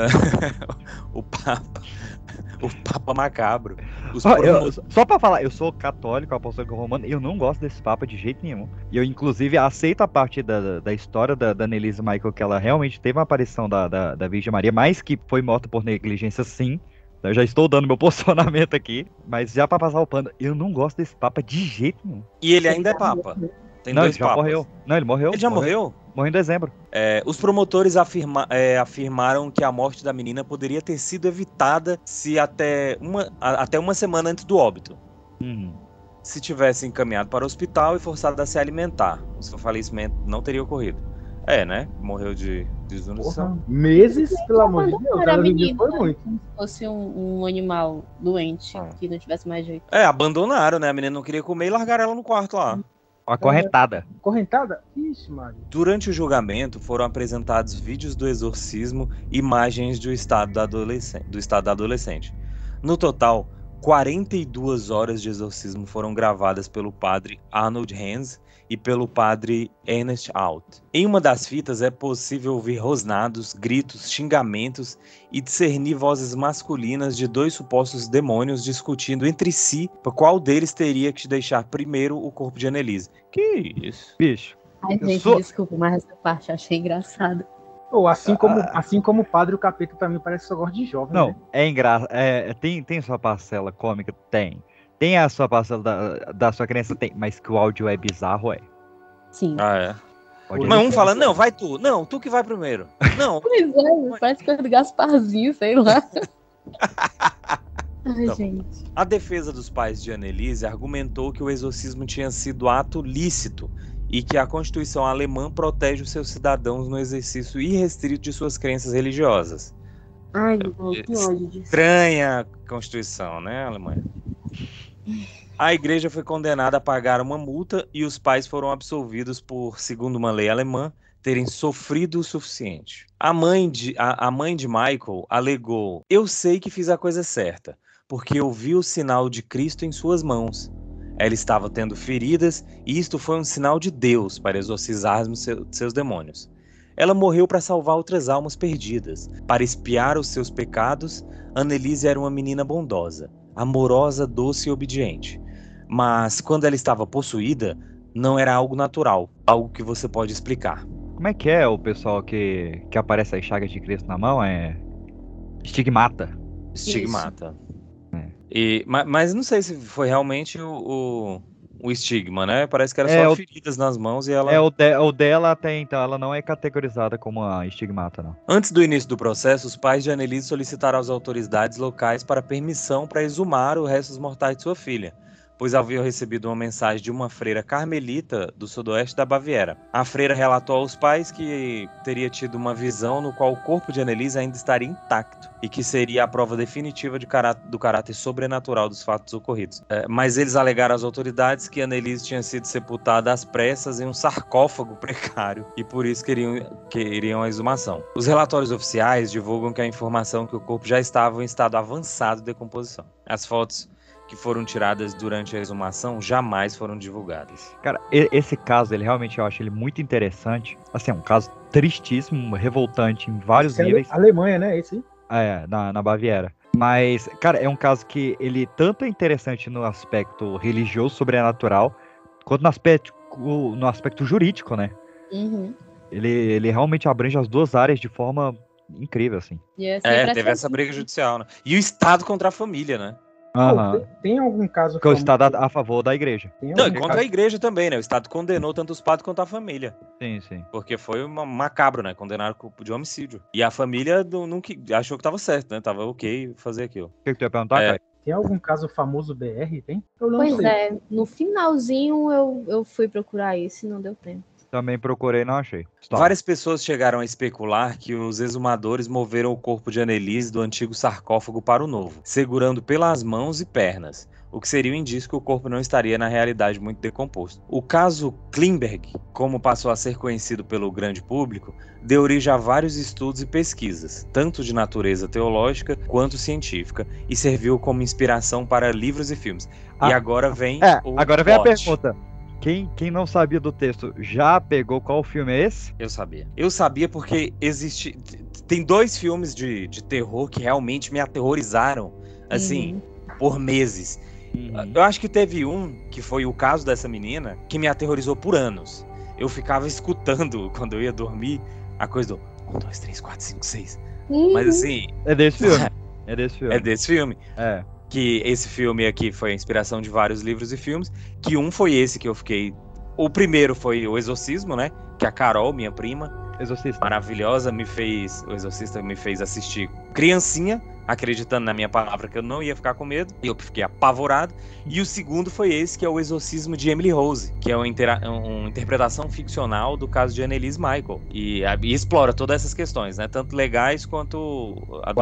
O Papa Macabro. Só pra falar, eu sou católico, apostólico romano, eu não gosto desse Papa de jeito nenhum. E eu, inclusive, aceito a parte da história da Annelise Michael, que ela realmente teve uma aparição da Virgem Maria, mas que foi morta por negligência, sim. Eu já estou dando meu posicionamento aqui, mas já pra passar o pano, eu não gosto desse Papa de jeito nenhum. E ele ainda é Papa? Tem não, 2 ele já papas. morreu. Não, ele morreu. Ele já morreu? Morreu em dezembro. Os promotores afirmaram que a morte da menina poderia ter sido evitada se até uma semana antes do óbito. Se tivesse encaminhado para o hospital e forçado a se alimentar. O seu falecimento não teria ocorrido. Né? Morreu de desnutrição. Meses, pelo amor de Deus. Ela viveu foi muito. Se fosse um animal doente, que não tivesse mais jeito. Abandonaram, né? A menina não queria comer e largaram ela no quarto lá. Acorrentada. Acorrentada? Ixi, Mário. Durante o julgamento, foram apresentados vídeos do exorcismo e imagens do estado da adolescente. No total, 42 horas de exorcismo foram gravadas pelo padre Arnold Hans e pelo padre Ernest Alt. Em uma das fitas é possível ouvir rosnados, gritos, xingamentos e discernir vozes masculinas de 2 supostos demônios discutindo entre si qual deles teria que deixar primeiro o corpo de Annelise. Que isso? Bicho. Ai, gente, desculpa, mas essa parte eu achei engraçada. Assim como o padre, o capeta também parece que só gosta de jovem. Não, né? é engraçado. Tem sua parcela cômica? Tem Tem a sua parcela da sua crença? Tem, mas que o áudio é bizarro, é. Sim. Ah, é? Pode Mas ver. um fala, não, vai tu. Não, tu que vai primeiro. Não. Pois é, parece coisa do Gasparzinho, sei lá. Ai, Não. gente. A defesa dos pais de Anneliese argumentou que o exorcismo tinha sido ato lícito e que a Constituição alemã protege os seus cidadãos no exercício irrestrito de suas crenças religiosas. Ai, que ódio disso. Estranha Constituição, né, Alemanha? A igreja foi condenada a pagar uma multa e os pais foram absolvidos por, segundo uma lei alemã, terem sofrido o suficiente. A mãe de Michael alegou: eu sei que fiz a coisa certa, porque eu vi o sinal de Cristo em suas mãos. Ela estava tendo feridas e isto foi um sinal de Deus para exorcizar seus demônios. Ela morreu para salvar outras almas perdidas. Para expiar os seus pecados, Anneliese era uma menina bondosa, amorosa, doce e obediente. Mas quando ela estava possuída, não era algo natural, algo que você pode explicar. Como é que é o pessoal que aparece as chagas de Cristo na mão? É estigmata. Estigmata. Mas não sei se foi realmente o estigma, né? Parece que era só feridas nas mãos e ela... O dela até então, ela não é categorizada como a estigmata, não. Antes do início do processo, os pais de Anneliese solicitaram às autoridades locais para permissão para exumar os restos mortais de sua filha, pois haviam recebido uma mensagem de uma freira carmelita do sudoeste da Baviera. A freira relatou aos pais que teria tido uma visão no qual o corpo de Anneliese ainda estaria intacto e que seria a prova definitiva do caráter sobrenatural dos fatos ocorridos. Mas eles alegaram às autoridades que Anneliese tinha sido sepultada às pressas em um sarcófago precário e por isso queriam a exumação. Os relatórios oficiais divulgam que a informação que o corpo já estava em estado avançado de decomposição. As fotos que foram tiradas durante a exumação jamais foram divulgadas. Cara, esse caso, ele realmente, eu acho ele muito interessante. Assim, é um caso tristíssimo, revoltante em vários níveis. Alemanha, né? Esse aí? Na Baviera. Mas, cara, é um caso que ele tanto é interessante no aspecto religioso, sobrenatural, quanto no aspecto jurídico, né? Uhum. Ele realmente abrange as duas áreas de forma incrível, assim. Teve essa briga judicial, né? E o Estado contra a família, né? Tem algum caso... Porque o Estado a favor da igreja. Não, e contra a igreja também, né? O Estado condenou tanto os padres quanto a família. Sim, sim. Porque foi macabro, né? Condenaram de homicídio. E a família achou que tava certo, né? Tava ok fazer aquilo. O que tu ia perguntar, Caio? Tem algum caso famoso BR, tem? Eu não Pois sei. é, no finalzinho eu fui procurar isso e não deu tempo. Também procurei e não achei. Várias pessoas chegaram a especular que os exumadores moveram o corpo de Anneliese do antigo sarcófago para o novo, segurando pelas mãos e pernas, o que seria um indício que o corpo não estaria na realidade muito decomposto. O caso Klimberg, como passou a ser conhecido pelo grande público, deu origem a vários estudos e pesquisas, tanto de natureza teológica quanto científica, e serviu como inspiração para livros e filmes. E agora vem agora vem a pergunta. Quem não sabia do texto já pegou qual filme é esse? Eu sabia porque tem 2 filmes de terror que realmente me aterrorizaram, assim, por meses. Eu acho que teve um, que foi o caso dessa menina, que me aterrorizou por anos. Eu ficava escutando, quando eu ia dormir, a coisa do 1, 2, 3, 4, 5, 6. Mas assim... É desse filme. É desse filme. É. Que esse filme aqui foi a inspiração de vários livros e filmes, que um foi esse que eu fiquei... O primeiro foi O Exorcismo, né? Que a Carol, minha prima, maravilhosa, o Exorcista me fez assistir criancinha, acreditando na minha palavra que eu não ia ficar com medo, e eu fiquei apavorado. E o segundo foi esse, que é O Exorcismo de Emily Rose, que é uma interpretação ficcional do caso de Anneliese Michael, e explora todas essas questões, né? Tanto legais quanto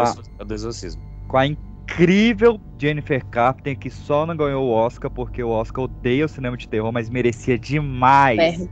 a do exorcismo. Com a incrível Jennifer Carpenter, que só não ganhou o Oscar porque o Oscar odeia o cinema de terror, mas merecia demais.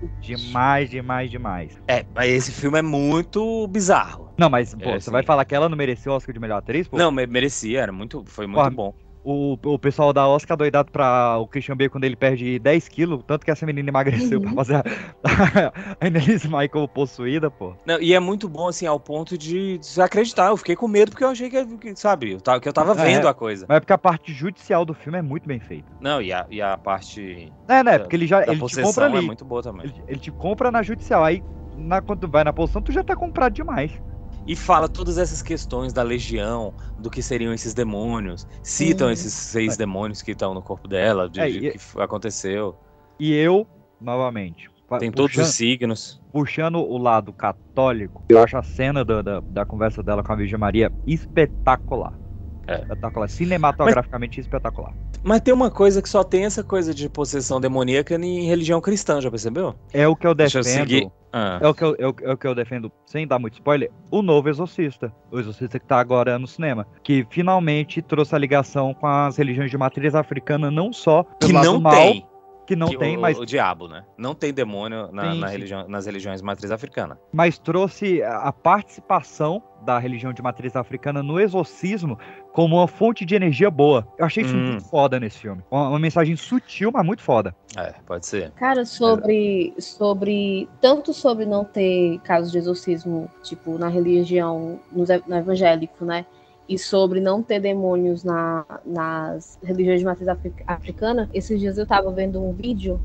Demais. Mas esse filme é muito bizarro. Não, mas você vai falar que ela não mereceu o Oscar de melhor atriz? Pô? Não, merecia, foi muito bom. O pessoal da Oscar doidado pra o Christian Bale quando ele perde 10 quilos, tanto que essa menina emagreceu pra fazer a Anneliese Michael possuída, pô. Não, e é muito bom, assim, ao ponto de acreditar. Eu fiquei com medo porque eu achei que sabe, que eu tava vendo a coisa. Mas é porque a parte judicial do filme é muito bem feita. Não, e a parte... porque ele te compra ali. É muito boa também. Ele te compra na judicial, aí quando tu vai na posição, tu já tá comprado demais. E fala todas essas questões da legião, do que seriam esses demônios. Citam esses 6 demônios que estão no corpo dela, de que aconteceu. E eu, novamente... Tem todos os signos. Puxando o lado católico, eu acho a cena da conversa dela com a Virgem Maria espetacular. Espetacular. Cinematograficamente espetacular. Mas tem uma coisa que só tem essa coisa de possessão demoníaca em religião cristã, já percebeu? É o que eu defendo. Deixa eu seguir. É o que eu defendo, sem dar muito spoiler, o novo Exorcista. O Exorcista que tá agora no cinema. Que finalmente trouxe a ligação com as religiões de matriz africana, não só pelo lado mal, que não tem, mas... O diabo, né? Não tem demônio nas religiões de matriz africana. Mas trouxe a participação da religião de matriz africana no exorcismo como uma fonte de energia boa. Eu achei isso muito foda nesse filme. Uma mensagem sutil, mas muito foda. Pode ser. Cara, tanto sobre não ter casos de exorcismo, tipo, na religião, no evangélico, né? E sobre não ter demônios nas religiões de matriz africana, esses dias eu tava vendo um vídeo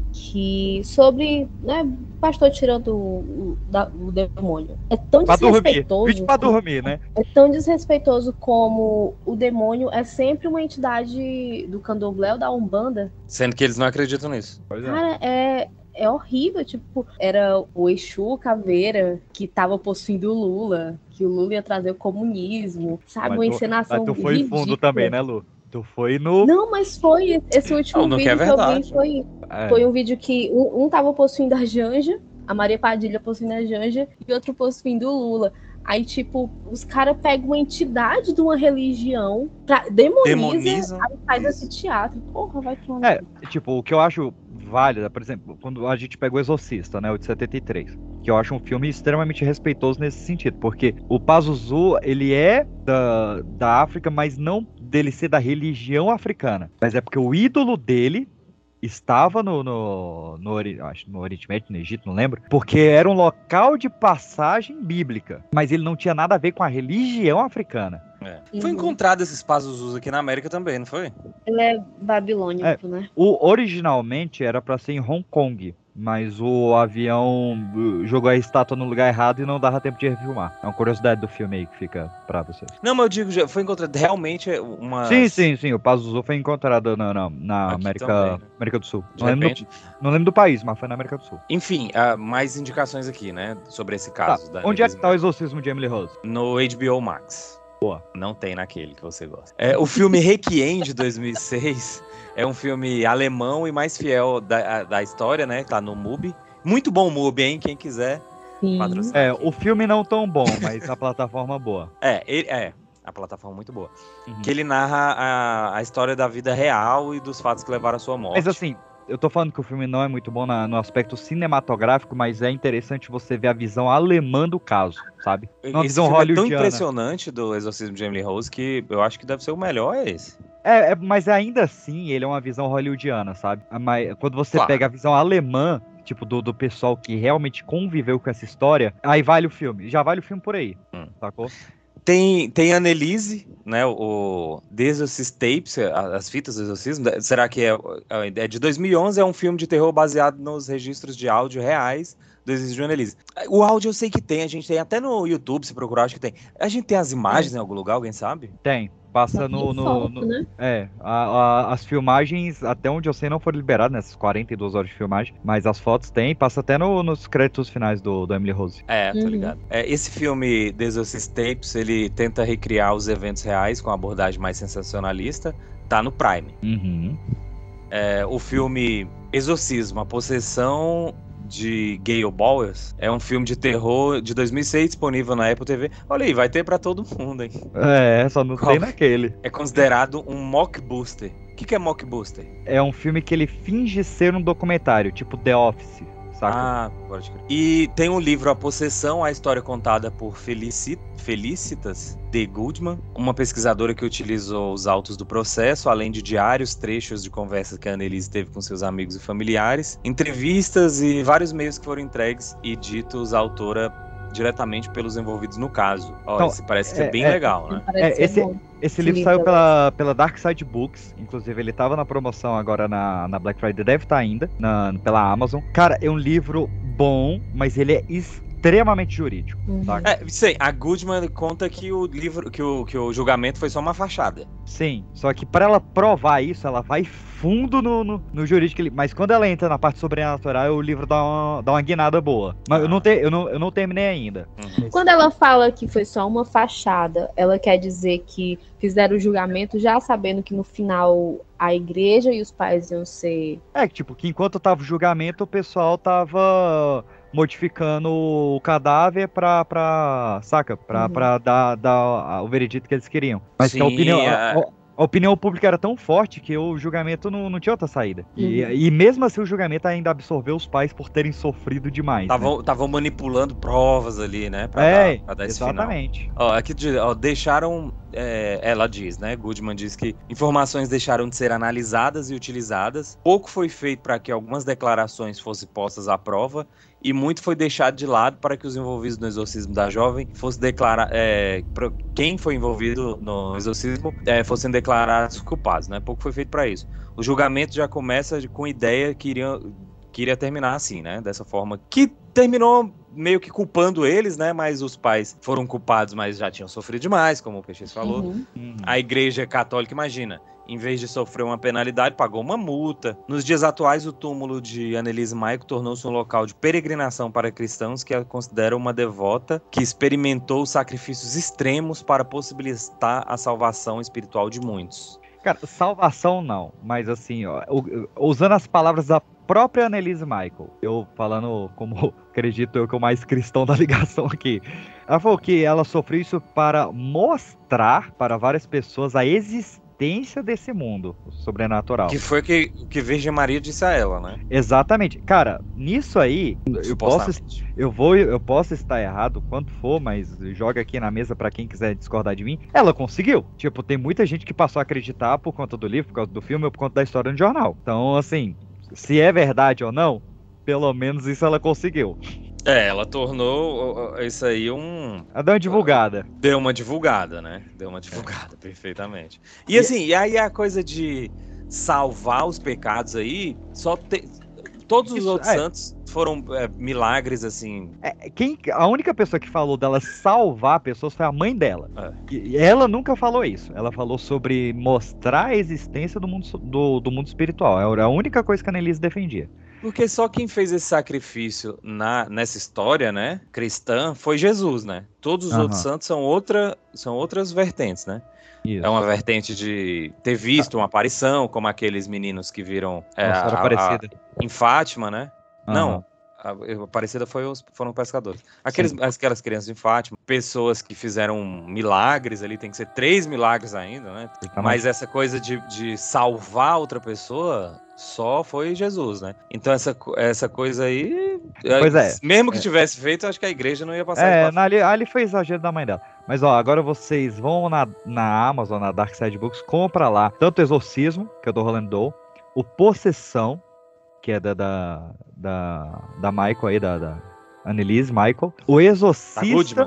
sobre, né, pastor tirando o demônio. É tão desrespeitoso. Vídeo pra dormir, né? É tão desrespeitoso como o demônio é sempre uma entidade do candomblé ou da Umbanda. Sendo que eles não acreditam nisso. Cara, é horrível, tipo, era o Exu Caveira que tava possuindo o Lula, que o Lula ia trazer o comunismo, sabe? Uma encenação ridícula. Mas tu foi em fundo também, né, Lu? Tu foi no... Não, mas foi esse último vídeo que eu vi, foi um vídeo que um tava possuindo a Janja, a Maria Padilha possuindo a Janja, e outro possuindo o Lula. Aí, tipo, os caras pegam uma entidade de uma religião, demoniza, aí faz esse teatro. Porra, vai tomar. Tipo, o que eu acho válido, por exemplo, quando a gente pega o Exorcista, né, o de 73, que eu acho um filme extremamente respeitoso nesse sentido, porque o Pazuzu, ele é da África, mas não dele ser da religião africana, mas é porque o ídolo dele estava no Oriente Médio, no Egito, não lembro, porque era um local de passagem bíblica, mas ele não tinha nada a ver com a religião africana. Foi encontrado esses Pazuzus aqui na América também, não foi? Ele é babilônico, né? Originalmente era pra ser em Hong Kong, mas o avião jogou a estátua no lugar errado e não dava tempo de refilmar. É uma curiosidade do filme aí que fica pra vocês. Não, mas eu digo, foi encontrado realmente uma... Sim, o Pazuzu foi encontrado na América do Sul. Não lembro do país, mas foi na América do Sul. Enfim, mais indicações aqui, né, sobre esse caso. Onde é que tá o exorcismo de Emily Rose? No HBO Max. Boa. Não tem naquele que você gosta. O filme Requiem, de 2006, é um filme alemão e mais fiel da história, né? Tá no MUBI. Muito bom MUBI, hein? Quem quiser patrocinar. O filme não tão bom, mas a plataforma boa. A plataforma muito boa. Que ele narra a história da vida real e dos fatos que levaram à sua morte. Mas assim, eu tô falando que o filme não é muito bom no aspecto cinematográfico, mas é interessante você ver a visão alemã do caso, sabe? Uma visão hollywoodiana. É tão impressionante do Exorcismo de Emily Rose que eu acho que deve ser o melhor esse. Mas ainda assim, ele é uma visão hollywoodiana, sabe? Mas quando você pega a visão alemã, tipo, do pessoal que realmente conviveu com essa história, aí vale o filme. Já vale o filme por aí, sacou? Tem Annelise, né, o The Exorcist Tapes, as fitas do exorcismo, será que é de 2011, é um filme de terror baseado nos registros de áudio reais do exorcismo de Annelise. O áudio eu sei que tem, a gente tem até no YouTube, se procurar, acho que tem. A gente tem as imagens em algum lugar, alguém sabe? Tem. Passa né? As filmagens, até onde eu sei, não foram liberadas nessas 42 horas de filmagem, mas as fotos tem, passa até nos créditos finais do Emily Rose. Tô ligado. Esse filme, The Exorcist Tapes, ele tenta recriar os eventos reais com uma abordagem mais sensacionalista, tá no Prime. O filme Exorcismo, a possessão de Gayle Bowers, é um filme de terror de 2006, disponível na Apple TV. Olha aí, vai ter pra todo mundo, hein? Só não tem naquele. É considerado um mockbuster. O que é mockbuster? É um filme que ele finge ser um documentário, tipo The Office, saca? Pode crer. E tem um livro, A Possessão, a história contada por Felicitas D. Goodman, uma pesquisadora que utilizou os autos do processo, além de diários, trechos de conversas que a Annelise teve com seus amigos e familiares, entrevistas e vários meios que foram entregues e ditos à autora diretamente pelos envolvidos no caso. Então, esse parece ser bem legal, né? Esse livro saiu pela Dark Side Books, inclusive ele tava na promoção agora na Black Friday, deve estar ainda, pela Amazon. Cara, é um livro bom, mas ele é extremamente extremamente jurídico. Saca? Sim, a Goodman conta que o livro, que o julgamento foi só uma fachada. Sim, só que pra ela provar isso, ela vai fundo no jurídico, mas quando ela entra na parte sobrenatural, o livro dá uma guinada boa. Mas eu não terminei ainda. Quando ela fala que foi só uma fachada, ela quer dizer que fizeram o julgamento já sabendo que no final a igreja e os pais iam ser... Que enquanto tava o julgamento, o pessoal tava modificando o cadáver pra dar o veredito que eles queriam. Mas sim, a opinião pública era tão forte que o julgamento não tinha outra saída. E mesmo assim o julgamento ainda absorveu os pais por terem sofrido demais. Estavam manipulando provas ali, né? Pra dar esse exatamente. Final. Aqui deixaram... ela diz, né? Goodman diz que informações deixaram de ser analisadas e utilizadas. Pouco foi feito para que algumas declarações fossem postas à prova. E muito foi deixado de lado para que os envolvidos no exorcismo da jovem fossem declarados... quem foi envolvido no exorcismo fossem declarados culpados, né? Pouco foi feito para isso. O julgamento já começa com a ideia que iria terminar assim, né? Dessa forma. Que terminou meio que culpando eles, né? Mas os pais foram culpados, mas já tinham sofrido demais, como o Peixes falou. A igreja católica, imagina... Em vez de sofrer uma penalidade, pagou uma multa. Nos dias atuais, o túmulo de Anneliese Michael tornou-se um local de peregrinação para cristãos que a consideram uma devota que experimentou sacrifícios extremos para possibilitar a salvação espiritual de muitos. Cara, salvação não, mas assim, usando as palavras da própria Anneliese Michael, eu falando como acredito eu que o mais cristão da ligação aqui, ela falou que ela sofreu isso para mostrar para várias pessoas a existência desse mundo sobrenatural. Que foi o que Virgem Maria disse a ela, né? Exatamente. Cara, nisso aí, eu posso estar errado quanto for, mas joga aqui na mesa pra quem quiser discordar de mim. Ela conseguiu. Tem muita gente que passou a acreditar por conta do livro, por causa do filme ou por conta da história no jornal. Então, assim, se é verdade ou não, pelo menos isso ela conseguiu. Ela tornou isso aí Ela deu uma divulgada. Deu uma divulgada, né? Deu uma divulgada, perfeitamente. E assim, e aí a coisa de salvar os pecados aí, todos os outros santos foram milagres, assim. A única pessoa que falou dela salvar pessoas foi a mãe dela. E ela nunca falou isso. Ela falou sobre mostrar a existência do mundo espiritual. Era a única coisa que a Anneliese defendia. Porque só quem fez esse sacrifício nessa história, né, cristã, foi Jesus, né? Todos os outros santos são outras vertentes, né? Isso. É uma vertente de ter visto uma aparição, como aqueles meninos que viram em Fátima, né? Não, a Aparecida foram pescadores. Aquelas crianças em Fátima, pessoas que fizeram milagres ali, tem que ser 3 milagres ainda, né? Mas essa coisa de salvar outra pessoa... Só foi Jesus, né? Então essa coisa aí... Mesmo que tivesse feito, acho que a igreja não ia passar. Ali foi exagero da mãe dela. Mas agora vocês vão na Amazon, na Dark Side Books, compra lá tanto o Exorcismo, que é do Roland Doe, o Possessão, que é da Michael aí, da Anneliese Michael, o Exorcista,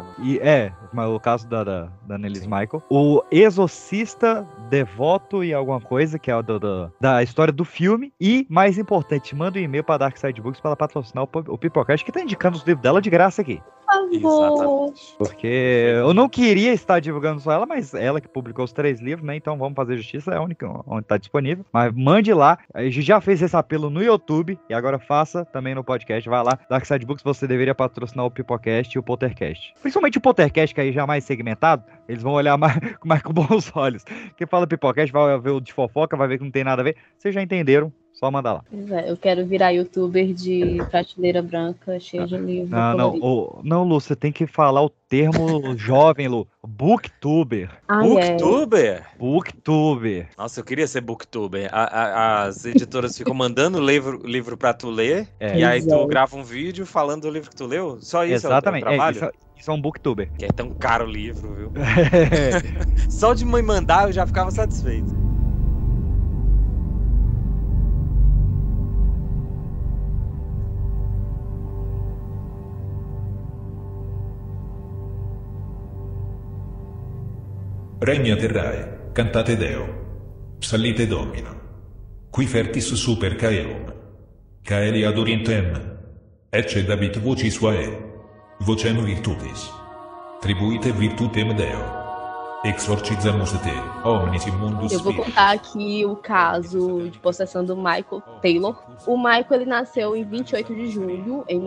o caso da Anneliese Michael, o Exorcista Devoto e alguma coisa, que é da história do filme, e, mais importante, manda um e-mail pra Dark Side Books para ela patrocinar o Pipocast, que tá indicando os livros dela de graça aqui. Exatamente. Porque eu não queria estar divulgando só ela, mas ela que publicou os 3 livros, né? Então vamos fazer justiça, é a única onde tá disponível. Mas mande lá. A gente já fez esse apelo no YouTube e agora faça também no podcast. Vai lá. Dark Side Books, você deveria patrocinar o Pipocast e o Pottercast. Principalmente o Pottercast, que aí já é mais segmentado, eles vão olhar mais com bons olhos. Quem fala Pipocast vai ver o de fofoca, vai ver que não tem nada a ver. Vocês já entenderam. Só manda lá. Eu quero virar youtuber de prateleira branca, cheia de livros. Não, Lu, você tem que falar o termo jovem, Lu. Booktuber. Booktuber? Booktuber. Nossa, eu queria ser booktuber. As editoras ficam mandando livro pra tu ler, e aí tu grava um vídeo falando do livro que tu leu? Só isso. Exatamente. É o trabalho? Isso é um booktuber. Que é tão caro o livro, viu? Só de me mandar eu já ficava satisfeito. Regna terrae, cantate Deo, psallite Domino, qui fertis super caelum, caeli ad orientem, ecce David voci suae, Vocem virtudes. Tribuite virtutem Deo. Exorcizamus te, omnis immundus Eu vou contar aqui o caso de possessão do Michael Taylor. O Michael, ele nasceu em 28 de julho, em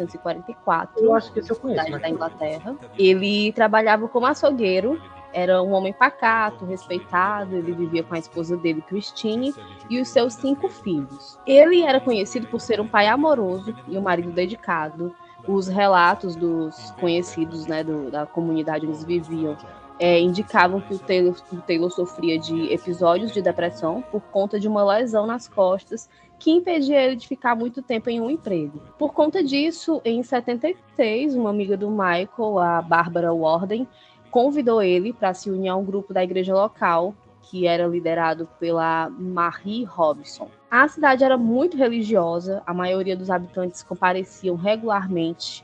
1944. Eu acho que esse eu conheço. Da Inglaterra. Ele trabalhava como açougueiro. Era um homem pacato, respeitado. Ele vivia com a esposa dele, Christine, e os seus 5 filhos. Ele era conhecido por ser um pai amoroso e um marido dedicado. Os relatos dos conhecidos, né, da comunidade onde eles viviam, indicavam que o Taylor sofria de episódios de depressão por conta de uma lesão nas costas que impedia ele de ficar muito tempo em um emprego. Por conta disso, em 76, uma amiga do Michael, a Barbara Warden, convidou ele para se unir a um grupo da igreja local, que era liderado pela Marie Robson. A cidade era muito religiosa, a maioria dos habitantes compareciam regularmente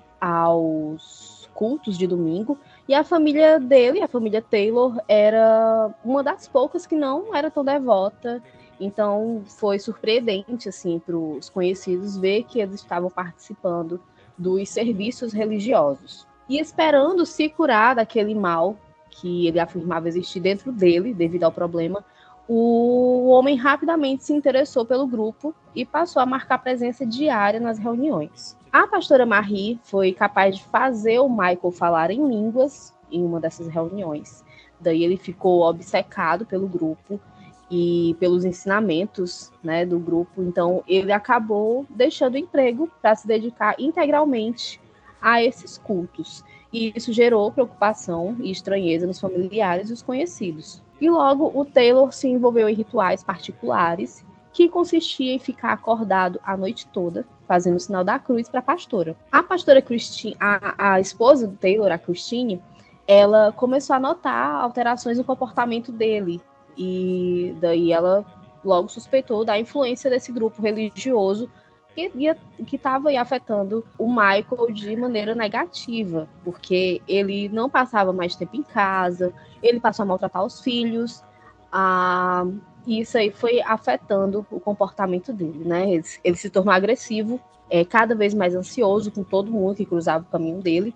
aos cultos de domingo, e a família dele, a família Taylor, era uma das poucas que não era tão devota. Então foi surpreendente assim, para os conhecidos ver que eles estavam participando dos serviços religiosos. E esperando se curar daquele mal que ele afirmava existir dentro dele, devido ao problema, o homem rapidamente se interessou pelo grupo e passou a marcar presença diária nas reuniões. A pastora Marie foi capaz de fazer o Michael falar em línguas em uma dessas reuniões. Daí ele ficou obcecado pelo grupo e pelos ensinamentos, né, do grupo. Então ele acabou deixando o emprego para se dedicar integralmente a esses cultos. E isso gerou preocupação e estranheza nos familiares e os conhecidos. E logo o Taylor se envolveu em rituais particulares, que consistia em ficar acordado a noite toda, fazendo o sinal da cruz para a pastora. A pastora Christine, a esposa do Taylor, a Christine, ela começou a notar alterações no comportamento dele. E daí ela logo suspeitou da influência desse grupo religioso que estava afetando o Michael de maneira negativa, porque ele não passava mais tempo em casa, ele passou a maltratar os filhos, e isso aí foi afetando o comportamento dele, né? Ele se tornou agressivo, cada vez mais ansioso com todo mundo que cruzava o caminho dele,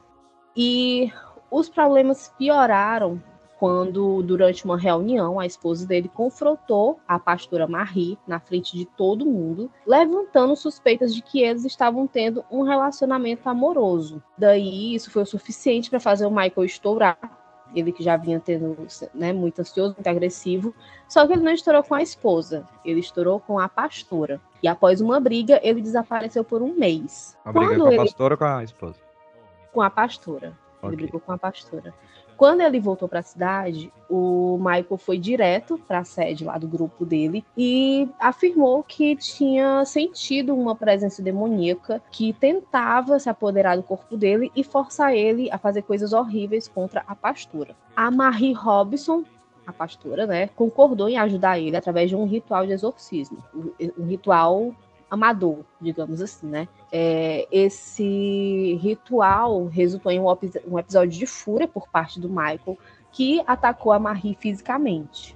e os problemas pioraram quando, durante uma reunião, a esposa dele confrontou a pastora Marie na frente de todo mundo, levantando suspeitas de que eles estavam tendo um relacionamento amoroso. Daí, isso foi o suficiente para fazer o Michael estourar. Ele que já vinha tendo, né, muito ansioso, muito agressivo. Só que ele não estourou com a esposa, ele estourou com a pastora. E após uma briga, ele desapareceu por um mês. Uma briga com a pastora ou com a esposa? Com a pastora. Okay. Ele brigou com a pastora. Quando ele voltou para a cidade, o Michael foi direto para a sede lá do grupo dele e afirmou que tinha sentido uma presença demoníaca que tentava se apoderar do corpo dele e forçar ele a fazer coisas horríveis contra a pastora. A Marie Robson, a pastora, né, concordou em ajudar ele através de um ritual de exorcismo, um ritual amador, digamos assim, né? Esse ritual resultou em um episódio de fúria por parte do Michael, que atacou a Marie fisicamente.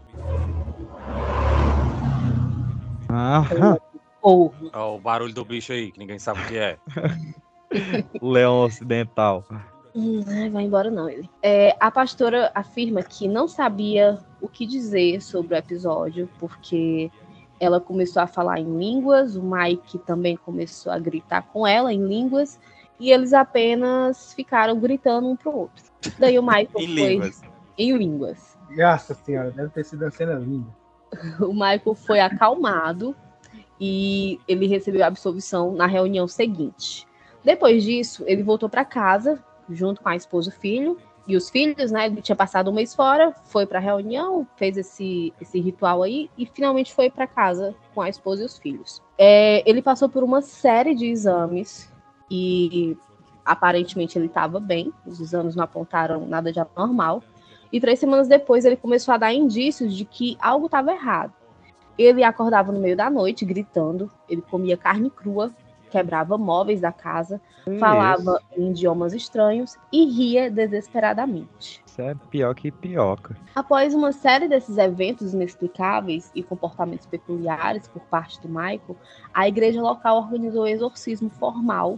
O barulho do bicho aí, que ninguém sabe o que é. Leão ocidental. Vai embora não, ele. A pastora afirma que não sabia o que dizer sobre o episódio, porque ela começou a falar em línguas, o Mike também começou a gritar com ela em línguas, e eles apenas ficaram gritando um pro outro. Daí o Michael em línguas. Nossa senhora, deve ter sido uma cena linda. O Michael foi acalmado e ele recebeu a absolvição na reunião seguinte. Depois disso, ele voltou para casa, junto com a esposa e o filho, e os filhos, né? Ele tinha passado um mês fora, foi para a reunião, fez esse ritual aí e finalmente foi para casa com a esposa e os filhos. Ele passou por uma série de exames e aparentemente ele estava bem, os exames não apontaram nada de anormal. E 3 semanas depois ele começou a dar indícios de que algo estava errado. Ele acordava no meio da noite gritando, ele comia carne crua, quebrava móveis da casa, falava em idiomas estranhos e ria desesperadamente. Isso é pior que pioca. Após uma série desses eventos inexplicáveis e comportamentos peculiares por parte do Michael, a igreja local organizou um exorcismo formal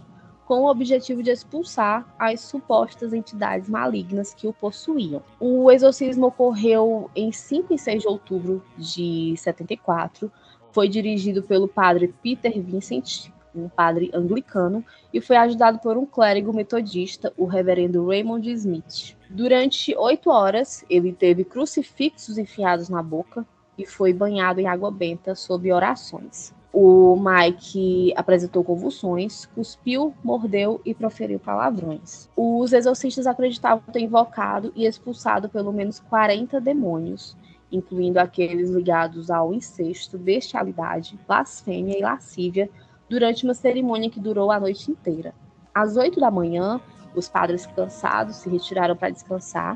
com o objetivo de expulsar as supostas entidades malignas que o possuíam. O exorcismo ocorreu em 5 e 6 de outubro de 74, foi dirigido pelo padre Peter Vincent, um padre anglicano, e foi ajudado por um clérigo metodista, o reverendo Raymond Smith. Durante 8 horas, ele teve crucifixos enfiados na boca e foi banhado em água benta sob orações. O Mike apresentou convulsões, cuspiu, mordeu e proferiu palavrões. Os exorcistas acreditavam ter invocado e expulsado pelo menos 40 demônios, incluindo aqueles ligados ao incesto, bestialidade, blasfêmia e lascívia, durante uma cerimônia que durou a noite inteira. Às 8 da manhã, os padres cansados se retiraram para descansar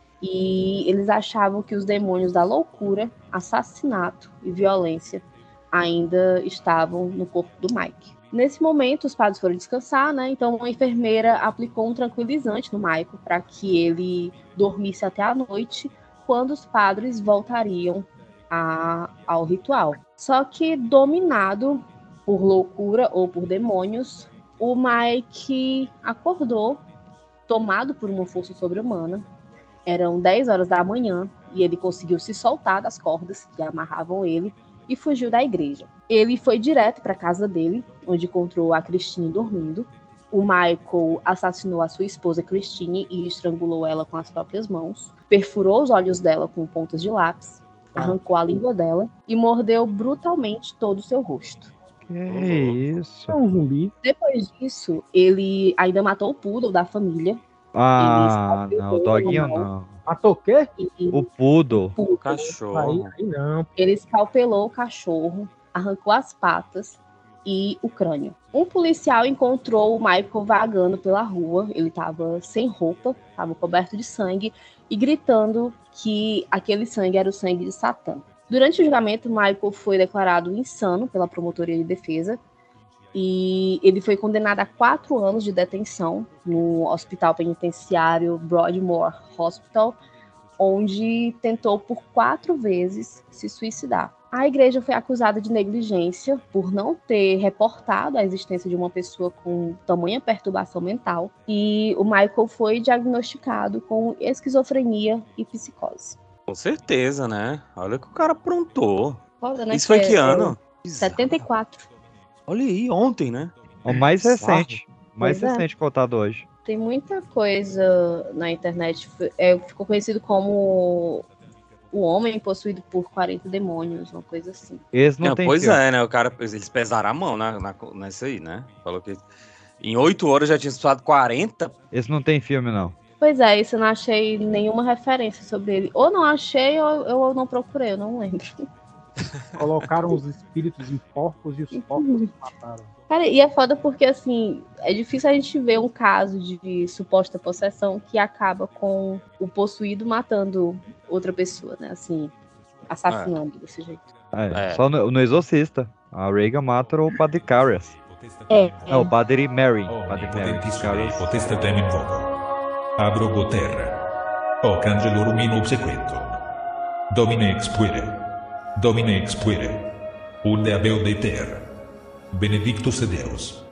e eles achavam que os demônios da loucura, assassinato e violência ainda estavam no corpo do Mike. Nesse momento, os padres foram descansar, né? Então, uma enfermeira aplicou um tranquilizante no Mike para que ele dormisse até a noite, quando os padres voltariam ao ritual. Só que, dominado por loucura ou por demônios, o Mike acordou, tomado por uma força sobre-humana. Eram 10 horas da manhã e ele conseguiu se soltar das cordas que amarravam ele e fugiu da igreja. Ele foi direto para a casa dele, onde encontrou a Christine dormindo. O Michael assassinou a sua esposa Christine e estrangulou ela com as próprias mãos, perfurou os olhos dela com pontas de lápis, arrancou a língua dela e mordeu brutalmente todo o seu rosto. Que isso? É um zumbi. Depois disso, ele ainda matou o poodle da família. Ah, não, o doguinho não. Matou o quê? O poodle. O cachorro. Aí não. Ele escalpelou o cachorro, arrancou as patas e o crânio. Um policial encontrou o Michael vagando pela rua. Ele estava sem roupa, estava coberto de sangue e gritando que aquele sangue era o sangue de Satã. Durante o julgamento, Michael foi declarado insano pela promotoria de defesa e ele foi condenado a 4 anos de detenção no hospital penitenciário Broadmoor Hospital, onde tentou por 4 vezes se suicidar. A igreja foi acusada de negligência por não ter reportado a existência de uma pessoa com tamanha perturbação mental, e o Michael foi diagnosticado com esquizofrenia e psicose. Com certeza, né? Olha que o cara aprontou. Foda, né? Isso foi que ano? 74. Olha aí, ontem, né? O mais recente. Mais Pois é. recente contado hoje. Tem muita coisa na internet. Ficou conhecido como o homem possuído por 40 demônios, uma coisa assim. Esse não tem Pois filme. é, né? O cara, eles pesaram a mão nessa aí, né? Falou que em 8 horas já tinha expulsado 40. Esse não tem filme, não. Pois é, isso eu não achei nenhuma referência sobre ele. Ou não achei, ou eu não procurei, eu não lembro. Colocaram os espíritos em porcos e os porcos mataram. Cara, e é foda porque, assim, é difícil a gente ver um caso de suposta possessão que acaba com o possuído matando outra pessoa, né? Assim, assassinando desse jeito. Só no Exorcista. A Reagan mata o Padre Carras. Não, o Padre Mary. Padre Mary. Potentissimi potestatem in voco. Abrogo terra. Hoc angelorum in obsequento. Domine expuere. Domine expuere. Unde habeo de terra. Benedictus Deus.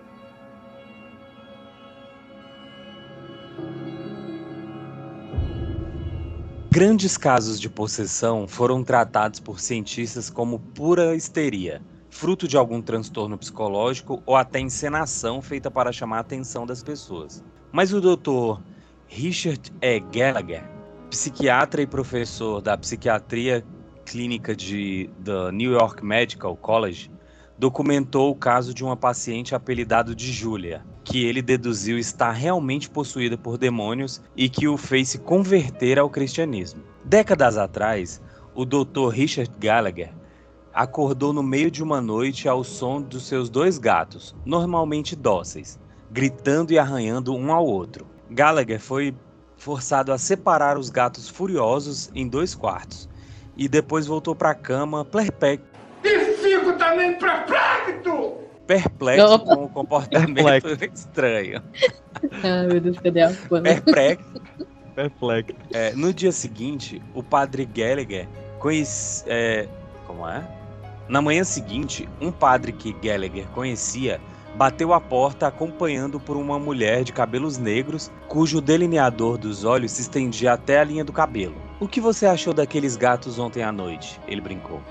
Grandes casos de possessão foram tratados por cientistas como pura histeria, fruto de algum transtorno psicológico ou até encenação feita para chamar a atenção das pessoas. Mas o Dr. Richard E. Gallagher, psiquiatra e professor da psiquiatria clínica da New York Medical College, documentou o caso de uma paciente apelidada de Julia, que ele deduziu estar realmente possuída por demônios e que o fez se converter ao cristianismo. Décadas atrás, o Dr. Richard Gallagher acordou no meio de uma noite ao som dos seus 2 gatos, normalmente dóceis, gritando e arranhando um ao outro. Gallagher foi forçado a separar os gatos furiosos em 2 quartos e depois voltou para a cama E fico também perplexo com o comportamento estranho. Ai, meu Deus, cadê a fã? Perplexo. No dia seguinte, o padre Gallagher Na manhã seguinte, um padre que Gallagher conhecia bateu à porta acompanhado por uma mulher de cabelos negros, cujo delineador dos olhos se estendia até a linha do cabelo. O que você achou daqueles gatos ontem à noite? Ele brincou.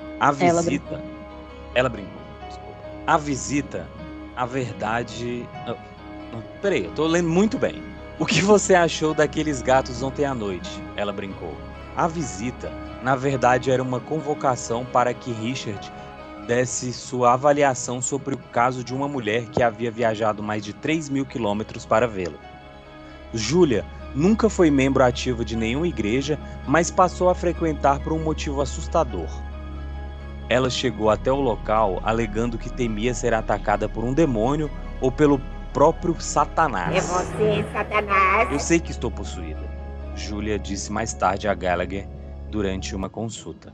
Ela brincou, desculpa. A visita, a verdade... Peraí, eu tô lendo muito bem. O que você achou daqueles gatos ontem à noite? Ela brincou. A visita, na verdade, era uma convocação para que Richard desse sua avaliação sobre o caso de uma mulher que havia viajado mais de 3.000 quilômetros para vê-lo. Júlia nunca foi membro ativo de nenhuma igreja, mas passou a frequentar por um motivo assustador. Ela chegou até o local alegando que temia ser atacada por um demônio ou pelo próprio Satanás. É você, Satanás. Eu sei que estou possuída, Júlia disse mais tarde a Gallagher durante uma consulta.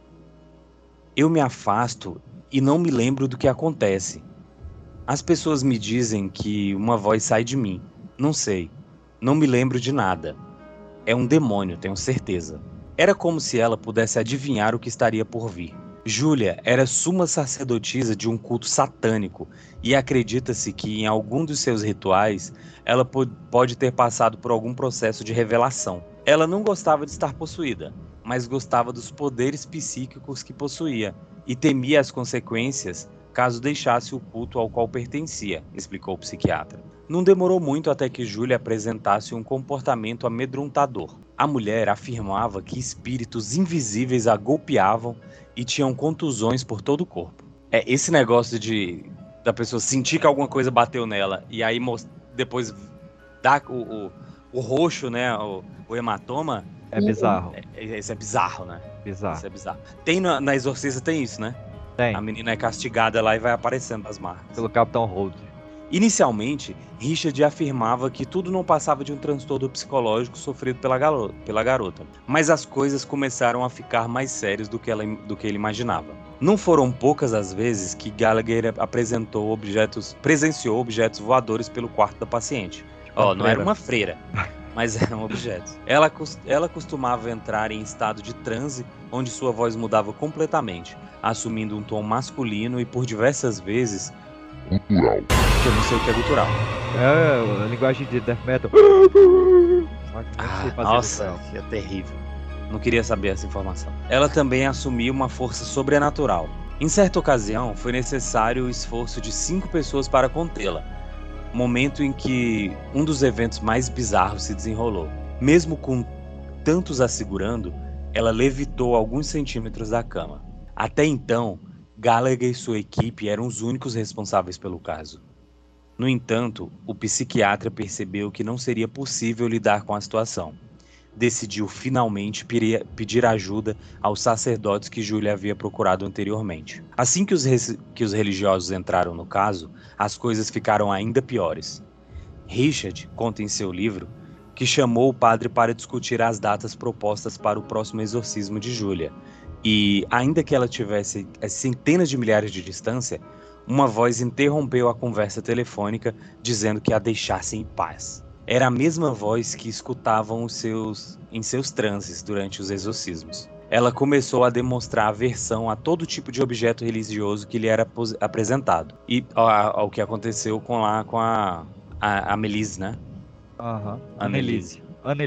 Eu me afasto e não me lembro do que acontece. As pessoas me dizem que uma voz sai de mim. Não sei. Não me lembro de nada. É um demônio, tenho certeza. Era como se ela pudesse adivinhar o que estaria por vir. Júlia era suma sacerdotisa de um culto satânico e acredita-se que em algum dos seus rituais ela pode ter passado por algum processo de revelação. Ela não gostava de estar possuída, mas gostava dos poderes psíquicos que possuía e temia as consequências caso deixasse o culto ao qual pertencia, explicou o psiquiatra. Não demorou muito até que Júlia apresentasse um comportamento amedrontador. A mulher afirmava que espíritos invisíveis a golpeavam e tinham contusões por todo o corpo. Esse negócio da pessoa sentir que alguma coisa bateu nela e aí depois dá o roxo, né, o hematoma. É bizarro. Isso é bizarro, né? Bizarro. Isso é bizarro. Tem na Exorcista tem isso, né? Tem. A menina é castigada lá e vai aparecendo as marcas. Pelo Capitão Holt. Inicialmente, Richard afirmava que tudo não passava de um transtorno psicológico sofrido pela garota, mas as coisas começaram a ficar mais sérias do que ele imaginava. Não foram poucas as vezes que Gallagher presenciou objetos voadores pelo quarto da paciente. Não era uma freira, mas eram objetos. Ela costumava entrar em estado de transe, onde sua voz mudava completamente, assumindo um tom masculino e por diversas vezes gutural. Eu não sei o que é gutural. É a linguagem de death metal. Nossa, que é terrível. Não queria saber essa informação. Ela também assumia uma força sobrenatural. Em certa ocasião, foi necessário o esforço de 5 pessoas para contê-la. Momento em que um dos eventos mais bizarros se desenrolou. Mesmo com tantos a segurando, ela levitou alguns centímetros da cama. Até então, Gallagher e sua equipe eram os únicos responsáveis pelo caso. No entanto, o psiquiatra percebeu que não seria possível lidar com a situação. Decidiu finalmente pedir ajuda aos sacerdotes que Júlia havia procurado anteriormente. Assim que os religiosos entraram no caso, as coisas ficaram ainda piores. Richard conta em seu livro que chamou o padre para discutir as datas propostas para o próximo exorcismo de Júlia. E, ainda que ela tivesse a centenas de milhares de distância, uma voz interrompeu a conversa telefônica, dizendo que a deixassem em paz. Era a mesma voz que escutavam em seus transes durante os exorcismos. Ela começou a demonstrar aversão a todo tipo de objeto religioso que lhe era apresentado. E ao que aconteceu com a Melise, né? Aham. Annelise.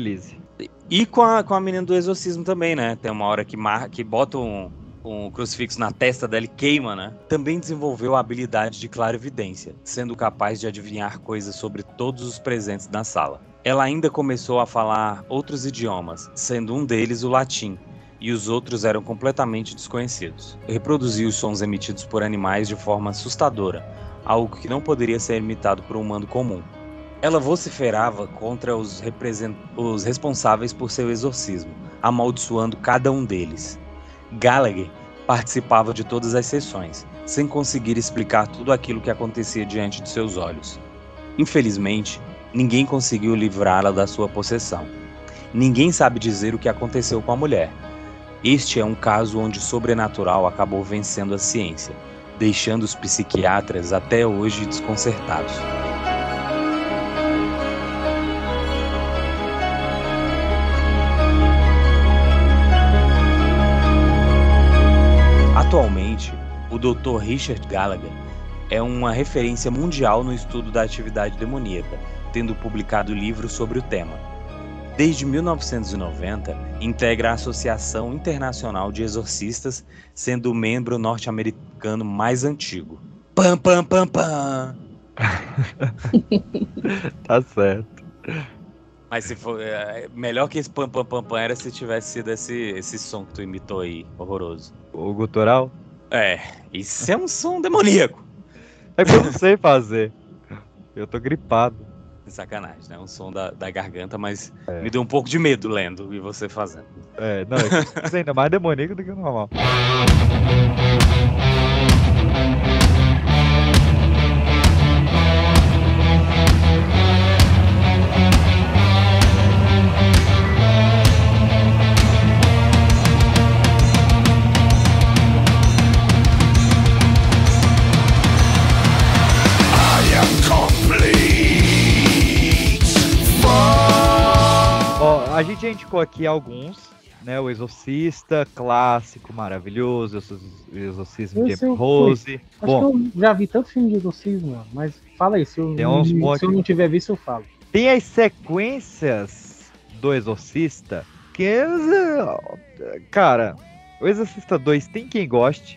E com a menina do exorcismo também, né? Tem uma hora que bota um crucifixo na testa dela e queima, né? Também desenvolveu a habilidade de clarividência, sendo capaz de adivinhar coisas sobre todos os presentes na sala. Ela ainda começou a falar outros idiomas, sendo um deles o latim, e os outros eram completamente desconhecidos. Reproduzia os sons emitidos por animais de forma assustadora, algo que não poderia ser imitado por um humano comum. Ela vociferava contra os responsáveis por seu exorcismo, amaldiçoando cada um deles. Gallagher participava de todas as sessões, sem conseguir explicar tudo aquilo que acontecia diante de seus olhos. Infelizmente, ninguém conseguiu livrá-la da sua possessão. Ninguém sabe dizer o que aconteceu com a mulher. Este é um caso onde o sobrenatural acabou vencendo a ciência, deixando os psiquiatras até hoje desconcertados. Atualmente, o Dr. Richard Gallagher é uma referência mundial no estudo da atividade demoníaca, tendo publicado livros sobre o tema. Desde 1990, integra a Associação Internacional de Exorcistas, sendo o membro norte-americano mais antigo. Pam, pam, pam, pam! Tá certo. Mas se for, melhor que esse pam, pam, pam, pam era se tivesse sido esse som que tu imitou aí, horroroso. O gutural? Isso é um som demoníaco. É que eu não sei fazer. Eu tô gripado. Sacanagem, né? Um som da garganta, mas me deu um pouco de medo lendo e você fazendo. Não, isso é ainda mais demoníaco do que o normal. A gente já indicou aqui alguns, né? O Exorcista, clássico, maravilhoso, o Exorcismo de Emily Rose. Acho que eu já vi tanto filme de exorcismo, mas fala aí, se eu não tiver visto, eu falo. Tem as sequências do Exorcista, que, cara, o Exorcista 2 tem quem goste,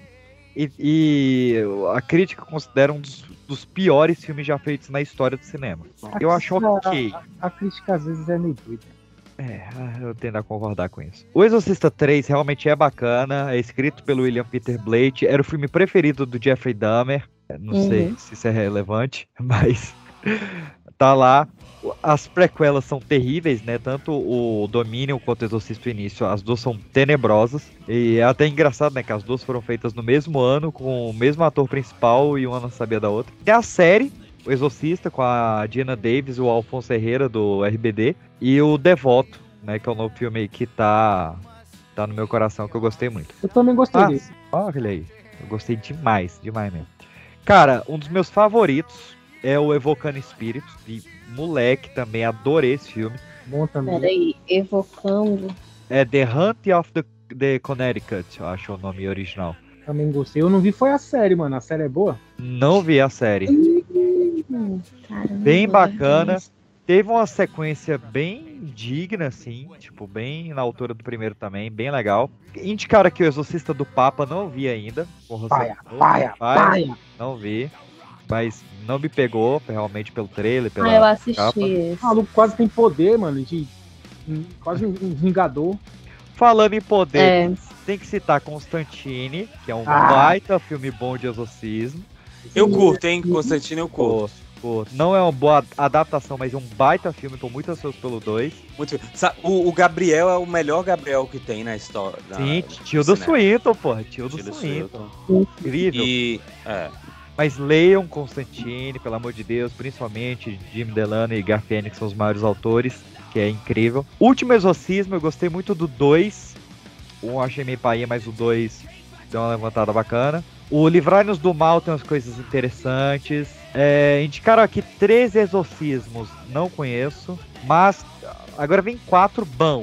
e a crítica considera um dos piores filmes já feitos na história do cinema. Eu acho ok. A crítica às vezes é meio doida. Eu tendo a concordar com isso. O Exorcista 3 realmente é bacana, é escrito pelo William Peter Blatty, era o filme preferido do Jeffrey Dahmer, não sei se isso é relevante, mas tá lá. As prequelas são terríveis, né, tanto o Dominion quanto o Exorcista Início, as duas são tenebrosas, e é até engraçado, né, que as duas foram feitas no mesmo ano, com o mesmo ator principal e uma não sabia da outra. Tem a série O Exorcista, com a Geena Davis e o Alfonso Herrera, do RBD. E o Devoto, né, que é o novo filme que tá no meu coração, que eu gostei muito. Eu também gostei desse. Olha aí. Eu gostei demais mesmo. Cara, um dos meus favoritos é o Evocando Espíritos. E moleque também, adorei esse filme. Bom também. Peraí, Evocando... É The Hunt of the Connecticut, eu acho o nome original. Também gostei. Eu não vi, foi a série, mano. A série é boa? Não vi a série. Caramba, bem bacana. Teve uma sequência bem digna, assim, tipo, bem na altura do primeiro também, bem legal. Indicaram aqui o Exorcista do Papa, não vi ainda. Paia. Não vi, mas não me pegou, realmente, pelo trailer, pela eu assisti capa. esse. O maluco quase tem poder, mano, quase um vingador. Falando em poder, tem que citar Constantine, que é um baita filme bom de exorcismo. Eu curto, hein? Constantine eu curto. Não é uma boa adaptação, mas é um baita filme, tô muito ansioso pelo 2. O Gabriel é o melhor Gabriel que tem na história. Sim, tio do Swinton, porra. Tio do Swinton. Incrível. Mas leiam Constantine, pelo amor de Deus, principalmente Jim Delano e Garfield, que são os maiores autores, que é incrível. Último Exorcismo, eu gostei muito do 2. Um achei meio paia, mas o 2 deu uma levantada bacana. O Livrai-nos do Mal tem umas coisas interessantes. Indicaram aqui 3 exorcismos, não conheço. Mas agora vem 4 bom.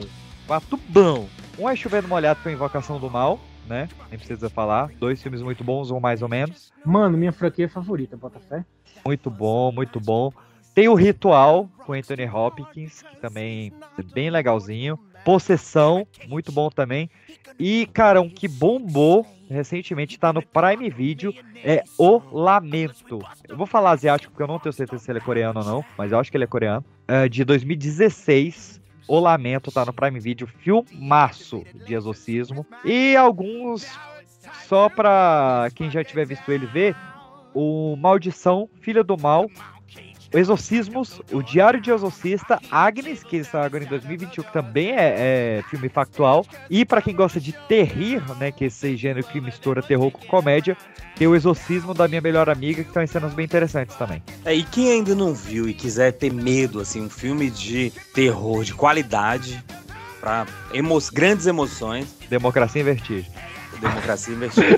Um é Chovendo Molhado, que é Invocação do Mal, né? Nem precisa falar. 2 filmes muito bons, ou mais ou menos. Mano, minha franquia favorita, bota fé. Muito bom, muito bom. Tem o Ritual, com Anthony Hopkins, que também é bem legalzinho. Possessão, muito bom também. E, cara, um que bombou recentemente, tá no Prime Video, é O Lamento. Eu vou falar asiático porque eu não tenho certeza se ele é coreano ou não, mas eu acho que ele é coreano. De 2016, O Lamento tá no Prime Video, filmaço de exorcismo. E alguns, só pra quem já tiver visto ele ver, o Maldição, Filha do Mal, Exorcismos, O Diário de Exorcista, Agnes, que está agora em 2021, que também é filme factual. E para quem gosta de terrir, né, que esse gênero que mistura terror com comédia, tem o Exorcismo da Minha Melhor Amiga, que estão em cenas bem interessantes também. E quem ainda não viu e quiser ter medo, assim, um filme de terror de qualidade, para grandes emoções. Democracia em Vertigem. Democracia em Vertigem.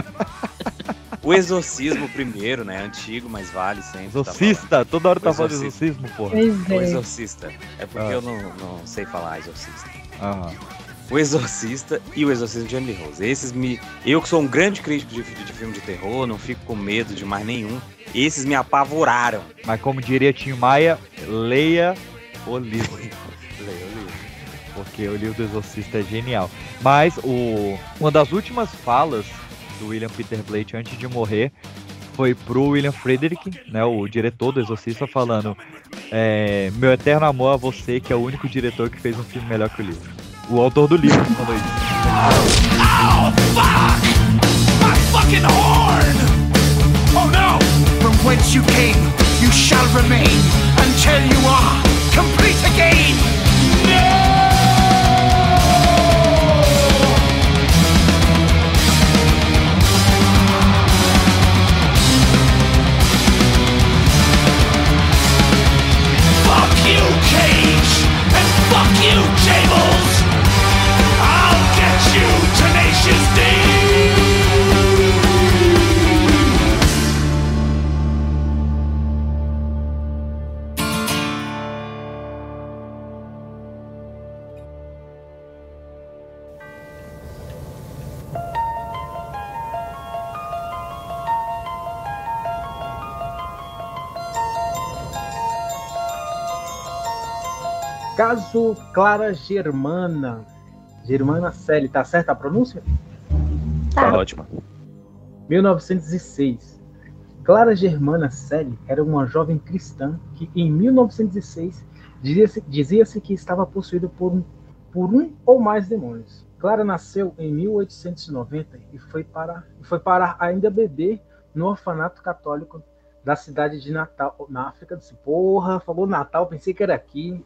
O Exorcismo primeiro, né? Antigo, mas vale sempre. Exorcista, toda hora tá falando Exorcismo, porra. O Exorcista. É porque eu não sei falar Exorcista. O Exorcista e o Exorcismo de Emily Rose. Eu que sou um grande crítico de filme de terror, não fico com medo de mais nenhum. Esses me apavoraram. Mas como diria Tim Maia, leia o livro. Porque o livro do Exorcista é genial. Mas uma das últimas falas do William Peter Blatty antes de morrer foi pro William Friedkin, né, o diretor do Exorcista, falando: meu eterno amor a você, que é o único diretor que fez um filme melhor que o livro. O autor do livro falou isso. Oh, fuck! My fucking horn! Oh no! From whence you came, you shall remain until you are complete again! No! Fuck you, Cage! And fuck you, Jables! I'll get you, Tenacious D! Caso Clara Germana. Germana Selle, tá certa a pronúncia? Tá ótima. 1906. Clara Germana Selle era uma jovem cristã que, em 1906, dizia-se que estava possuída por um ou mais demônios. Clara nasceu em 1890 e foi parar ainda bebê no orfanato católico da cidade de Natal, na África do Sul. Porra, falou Natal, pensei que era aqui.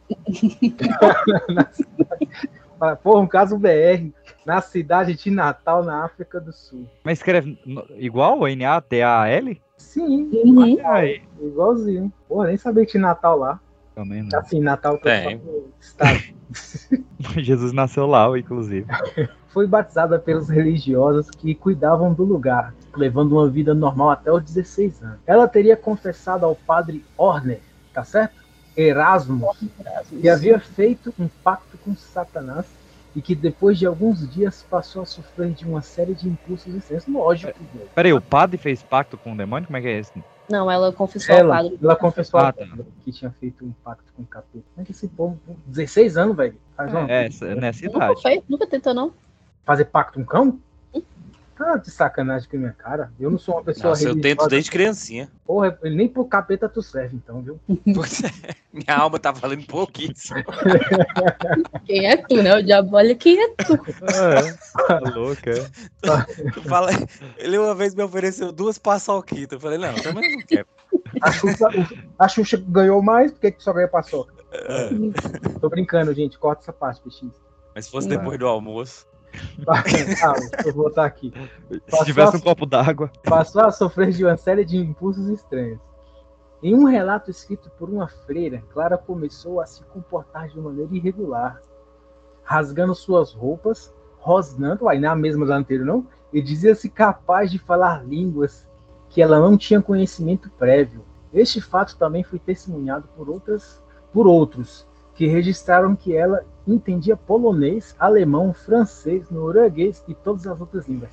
Porra, um caso BR, na cidade de Natal, na África do Sul. Mas escreve igual? N-A-T-A-L? Sim, igualzinho. Porra, nem sabia que tinha Natal lá. Também não. Assim, Natal foi estado. Jesus nasceu lá, inclusive. Foi batizada pelos religiosos que cuidavam do lugar, levando uma vida normal até os 16 anos. Ela teria confessado ao padre Orner, tá certo? Erasmo, que havia feito um pacto com Satanás e que depois de alguns dias passou a sofrer de uma série de impulsos estranhos. Lógico. Peraí, o padre fez pacto com o demônio? Como é que é isso? Não, ela confessou ao padre. Ela confessou ao padre que tinha feito um pacto com o capeta. Como é que esse povo, 16 anos, velho? Nessa idade. Nunca tentou, não? Fazer pacto com um cão? Tá de sacanagem com a minha cara. Eu não sou uma pessoa religiosa. Eu tento desde criancinha. Porra, nem pro capeta tu serve, então, viu? Minha alma tá valendo pouquíssimo. Quem é tu, né? O diabo, olha quem é tu. Tá louca. Tu fala, ele uma vez me ofereceu 2 paçoquitas. Eu falei, não, também não quero. A Xuxa ganhou mais, por que tu só ganha paçoca? Tô brincando, gente. Corta essa parte, peixinho. Mas se fosse depois do almoço... eu vou botar aqui. Se tivesse um copo d'água. Passou a sofrer de uma série de impulsos estranhos. Em um relato escrito por uma freira, Clara começou a se comportar de maneira irregular, rasgando suas roupas, rosnando, não é a mesma da anterior não, e dizia-se capaz de falar línguas que ela não tinha conhecimento prévio. Este fato também foi testemunhado por outros, que registraram que ela entendia polonês, alemão, francês, norueguês e todas as outras línguas.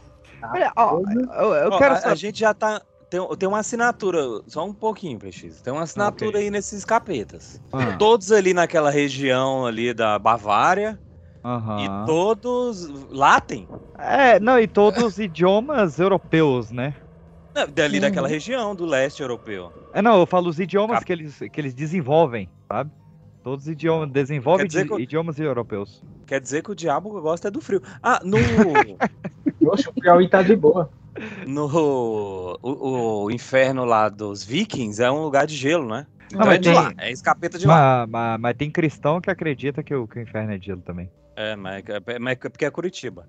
A gente já tá... Tem uma assinatura, só um pouquinho, PX. Tem uma assinatura aí nesses capetas. Todos ali naquela região ali da Bavária. E todos latem. E todos idiomas europeus, né? Dali daquela região do leste europeu. Eu falo os idiomas que eles desenvolvem, sabe? Todos os idiomas desenvolvem idiomas europeus. Quer dizer que o diabo gosta do frio. Oxe, o Piauí tá de boa. O inferno lá dos vikings é um lugar de gelo, né? Então é de lá, é escapeta de lá. Mas tem cristão que acredita que o inferno é de gelo também. Mas porque é Curitiba.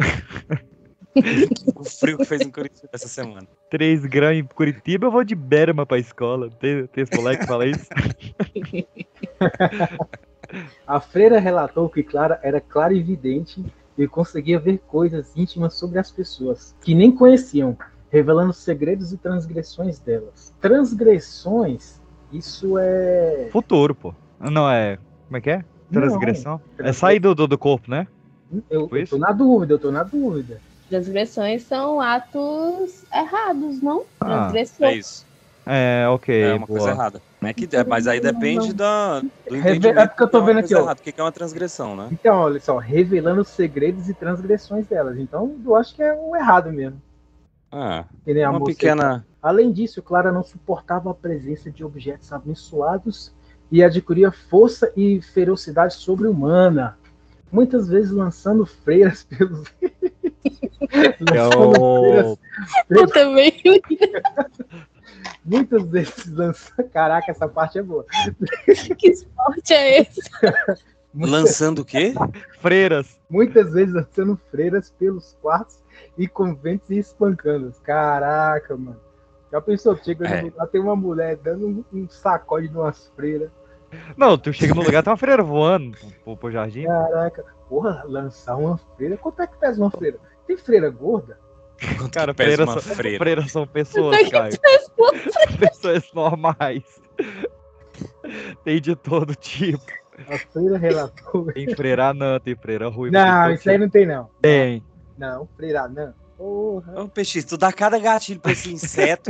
O frio que fez em Curitiba essa semana. 3 graus em Curitiba, eu vou de berma pra escola. Tem esse moleque que fala isso? A freira relatou que Clara era clarividente e conseguia ver coisas íntimas sobre as pessoas que nem conheciam, revelando segredos e transgressões delas. Transgressões, isso é... Futuro, pô. Não é... Como é que é? Transgressão? É sair do corpo, né? Eu tô na dúvida. Transgressões são atos errados, não? É isso. Ok. É uma coisa errada. Mas aí depende do entendimento. É porque eu tô vendo aqui, ó. O que é uma transgressão, né? Então, olha só, revelando os segredos e transgressões delas. Então, eu acho que é o errado mesmo. Uma pequena... Além disso, Clara não suportava a presença de objetos abençoados e adquiria força e ferocidade sobre-humana, muitas vezes lançando freiras pelos... Eu também. Muitas vezes lançando... Caraca, essa parte é boa. Que esporte é esse? Lançando o quê? Freiras. Muitas vezes lançando freiras pelos quartos e conventos e espancando-os. Caraca, mano. Já pensou, chega no lugar, tem uma mulher dando um sacode de umas freiras. Não, tu chega no lugar, tem uma freira voando pro jardim. Caraca, porra, lançar uma freira? Quanto é que pesa uma freira? Tem freira gorda? Cara, freiras são pessoas, cara. Pessoas normais. Tem de todo tipo. A freira relatou. Tem freira anã, tem freira ruiva. Não, isso aí não tem, não. Tem. Não, freira anã. Porra. Ô, Peixe, tu dá cada gatilho pra esse inseto.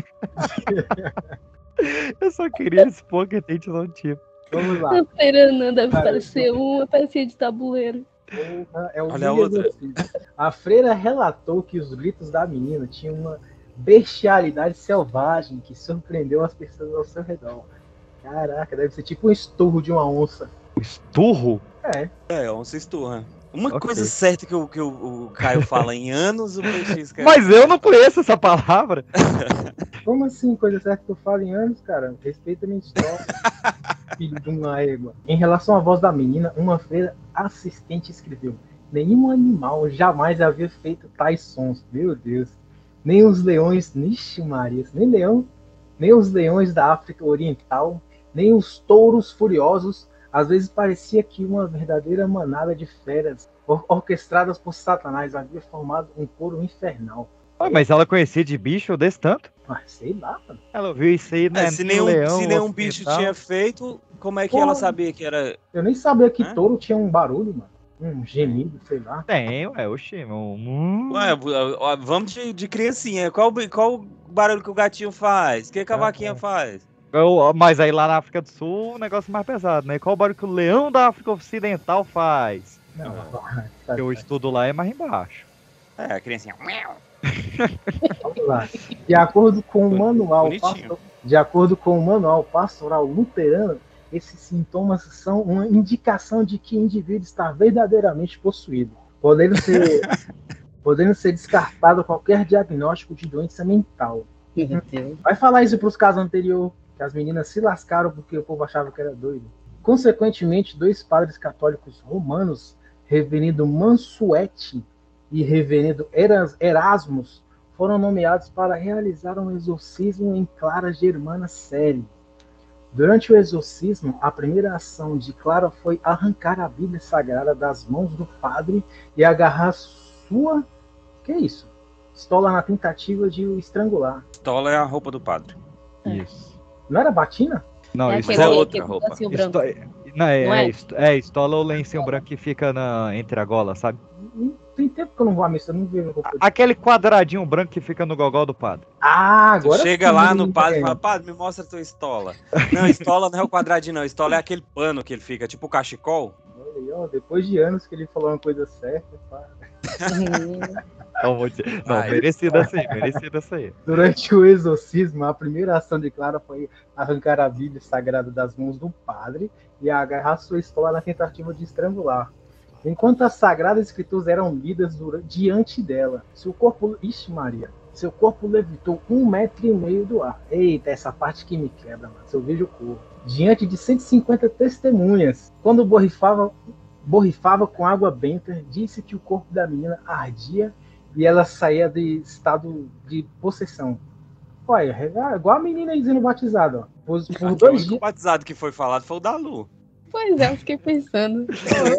Eu só queria expor que tem de todo tipo. Vamos lá. A freira anã deve parecer uma pecinha de tabuleiro. É o Olha a outra. A freira relatou que os gritos da menina tinham uma bestialidade selvagem que surpreendeu as pessoas ao seu redor. Caraca, deve ser tipo um esturro de uma onça. Esturro? Onça esturra. Uma coisa certa que o Caio fala em anos, o PX... Mas eu não conheço essa palavra. Como assim, coisa certa que eu falo em anos, cara? Respeita a minha história. Filho de uma égua. Em relação à voz da menina, uma freira assistente escreveu: nenhum animal jamais havia feito tais sons. Meu Deus. Nem os leões... Ixi, Maria. Nem os leões da África Oriental, nem os touros furiosos. Às vezes parecia que uma verdadeira manada de feras orquestradas por Satanás havia formado um coro infernal. Mas ela conhecia de bicho desse tanto? Sei lá, mano. Ela ouviu isso aí, né? Se nenhum bicho tinha feito, como é que ela sabia que era... Eu nem sabia que touro tinha um barulho, mano. Um gemido, sei lá. Tem, oxi. Vamos de criancinha. Qual barulho que o gatinho faz? O que a vaquinha faz? Mas aí lá na África do Sul, o negócio é mais pesado, né? Qual o barulho que o leão da África Ocidental faz? Porque o estudo lá é mais embaixo. A criancinha... Vamos lá. De acordo com o manual pastoral luterano, esses sintomas são uma indicação de que o indivíduo está verdadeiramente possuído, podendo ser descartado qualquer diagnóstico de doença mental. Vai falar isso para os casos anteriores, que as meninas se lascaram porque o povo achava que era doido. Consequentemente, 2 padres católicos romanos, reverendo Mansuetti e reverendo Erasmus, foram nomeados para realizar um exorcismo em Clara Germana Celi. Durante o exorcismo, a primeira ação de Clara foi arrancar a Bíblia Sagrada das mãos do padre e agarrar sua... Que é isso? Estola na tentativa de o estrangular. Estola é a roupa do padre. Isso. Não era batina? Não, isso é outra roupa. Estola ou lencinho branco que fica entre a gola, sabe? Tem tempo que eu não vou à missa, eu não vejo roupa. Aquele quadradinho branco que fica no gogó do padre. Agora chega lá no padre e fala: padre, me mostra a tua estola. Não, estola não é o quadradinho, não. Estola é aquele pano que ele fica, tipo o cachecol. Depois de anos que ele falou uma coisa certa, merecida essa aí. Durante o exorcismo, a primeira ação de Clara foi arrancar a Bíblia Sagrada das mãos do padre e agarrar sua estola na tentativa de estrangular. Enquanto as sagradas escrituras eram lidas diante dela, seu corpo levitou 1,5 metros do ar. Eita, essa parte que me quebra, mano. Se eu vejo o corpo. Diante de 150 testemunhas. Quando borrifava com água benta, disse que o corpo da menina ardia e ela saía de estado de possessão. Olha, é igual a menina aí sendo batizada, ó. Por 2 dias. O batizado que foi falado foi o da Lu. Pois é, eu fiquei pensando.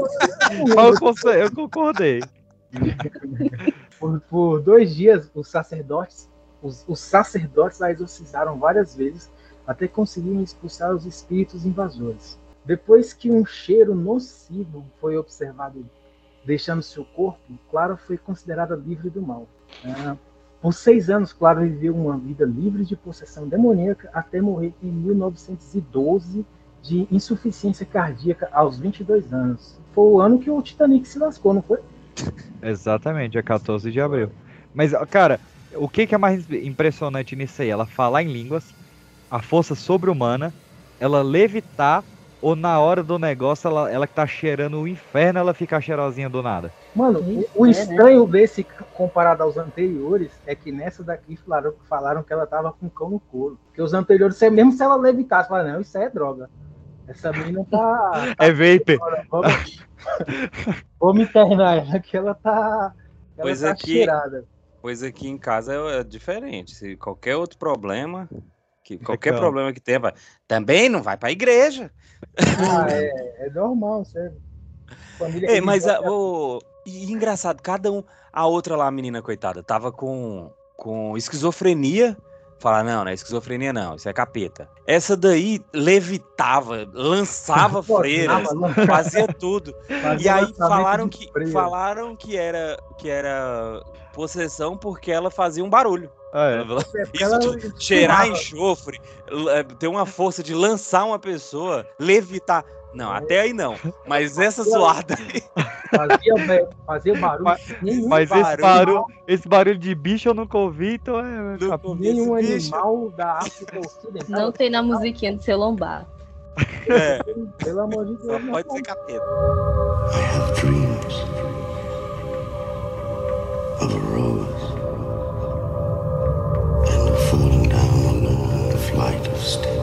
Eu concordei. Por 2 dias, os sacerdotes a exorcizaram várias vezes até conseguirem expulsar os espíritos invasores. Depois que um cheiro nocivo foi observado deixando seu corpo, Clara foi considerada livre do mal. Por 6 anos, Clara viveu uma vida livre de possessão demoníaca até morrer em 1912 de insuficiência cardíaca aos 22 anos. Foi o ano que o Titanic se lascou, não foi? Exatamente, é 14 de abril. Mas, cara, o que é mais impressionante nisso aí? Ela falar em línguas, a força sobre-humana, ela levitar, ou na hora do negócio, ela que tá cheirando o inferno, ela fica cheirosinha do nada. Mano, o estranho desse, comparado aos anteriores, é que nessa daqui falaram que ela tava com cão no couro. Porque os anteriores, mesmo se ela levitasse, falaram, não, isso aí é droga. Essa menina tá é vape. Vamos internar ela, que ela tá cheirada. Pois aqui em casa é diferente. Se qualquer outro problema, problema que tenha, também não vai pra igreja. É normal, sério. Mas e engraçado, a outra lá, a menina coitada, tava com esquizofrenia. Fala, não é esquizofrenia não, isso é capeta. Essa daí levitava, lançava freiras, fazia tudo. E aí falaram que era possessão porque ela fazia um barulho. Cheirar enxofre, ter uma força de lançar uma pessoa, levitar. Não, até aí não. Mas essa zoada aí. Fazia barulho. Mas esse barulho de bicho eu nunca ouvi, então nenhum animal da África Ocidental. Não tem na musiquinha do seu lombar. Pelo amor de Deus. Só pode ser capeta. I have dreams of a rose and of falling down a long flight of stairs.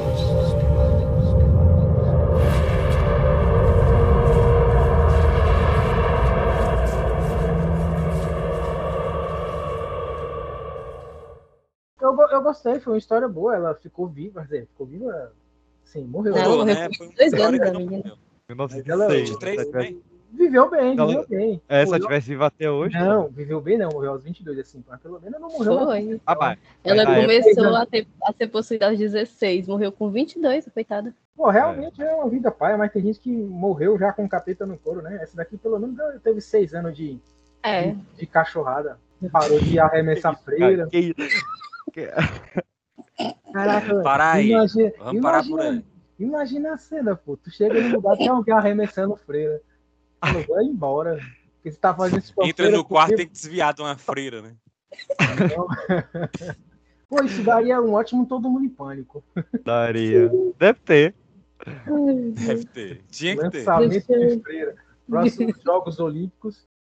Eu gostei, foi uma história boa, ela ficou viva, sim, morreu. Ela morreu com 2 anos, a menina. 1923 também. Viveu bem. Se ela tivesse viva até hoje. Não, viveu bem não, morreu aos 22, assim, mas pelo menos não morreu. Foi. Ela começou a ser possuída aos 16, morreu com 22, coitada. Pô, realmente é uma vida paia, mas tem gente que morreu já com capeta no couro, né? Essa daqui pelo menos teve 6 anos de cachorrada. Parou de arremessar freira. Caraca, para aí. Vamos parar por aí. Imagina a cena, pô. Tu chega no lugar, tem alguém arremessando freira. Tu vai embora. Porque você tá fazendo isso. Entra no quarto, tem que desviar de uma freira, né? Então... Pô, isso daria um ótimo Todo Mundo em Pânico. Daria. Deve ter. Tinha que ter. Lançamento de freira. Próximos Jogos Olímpicos.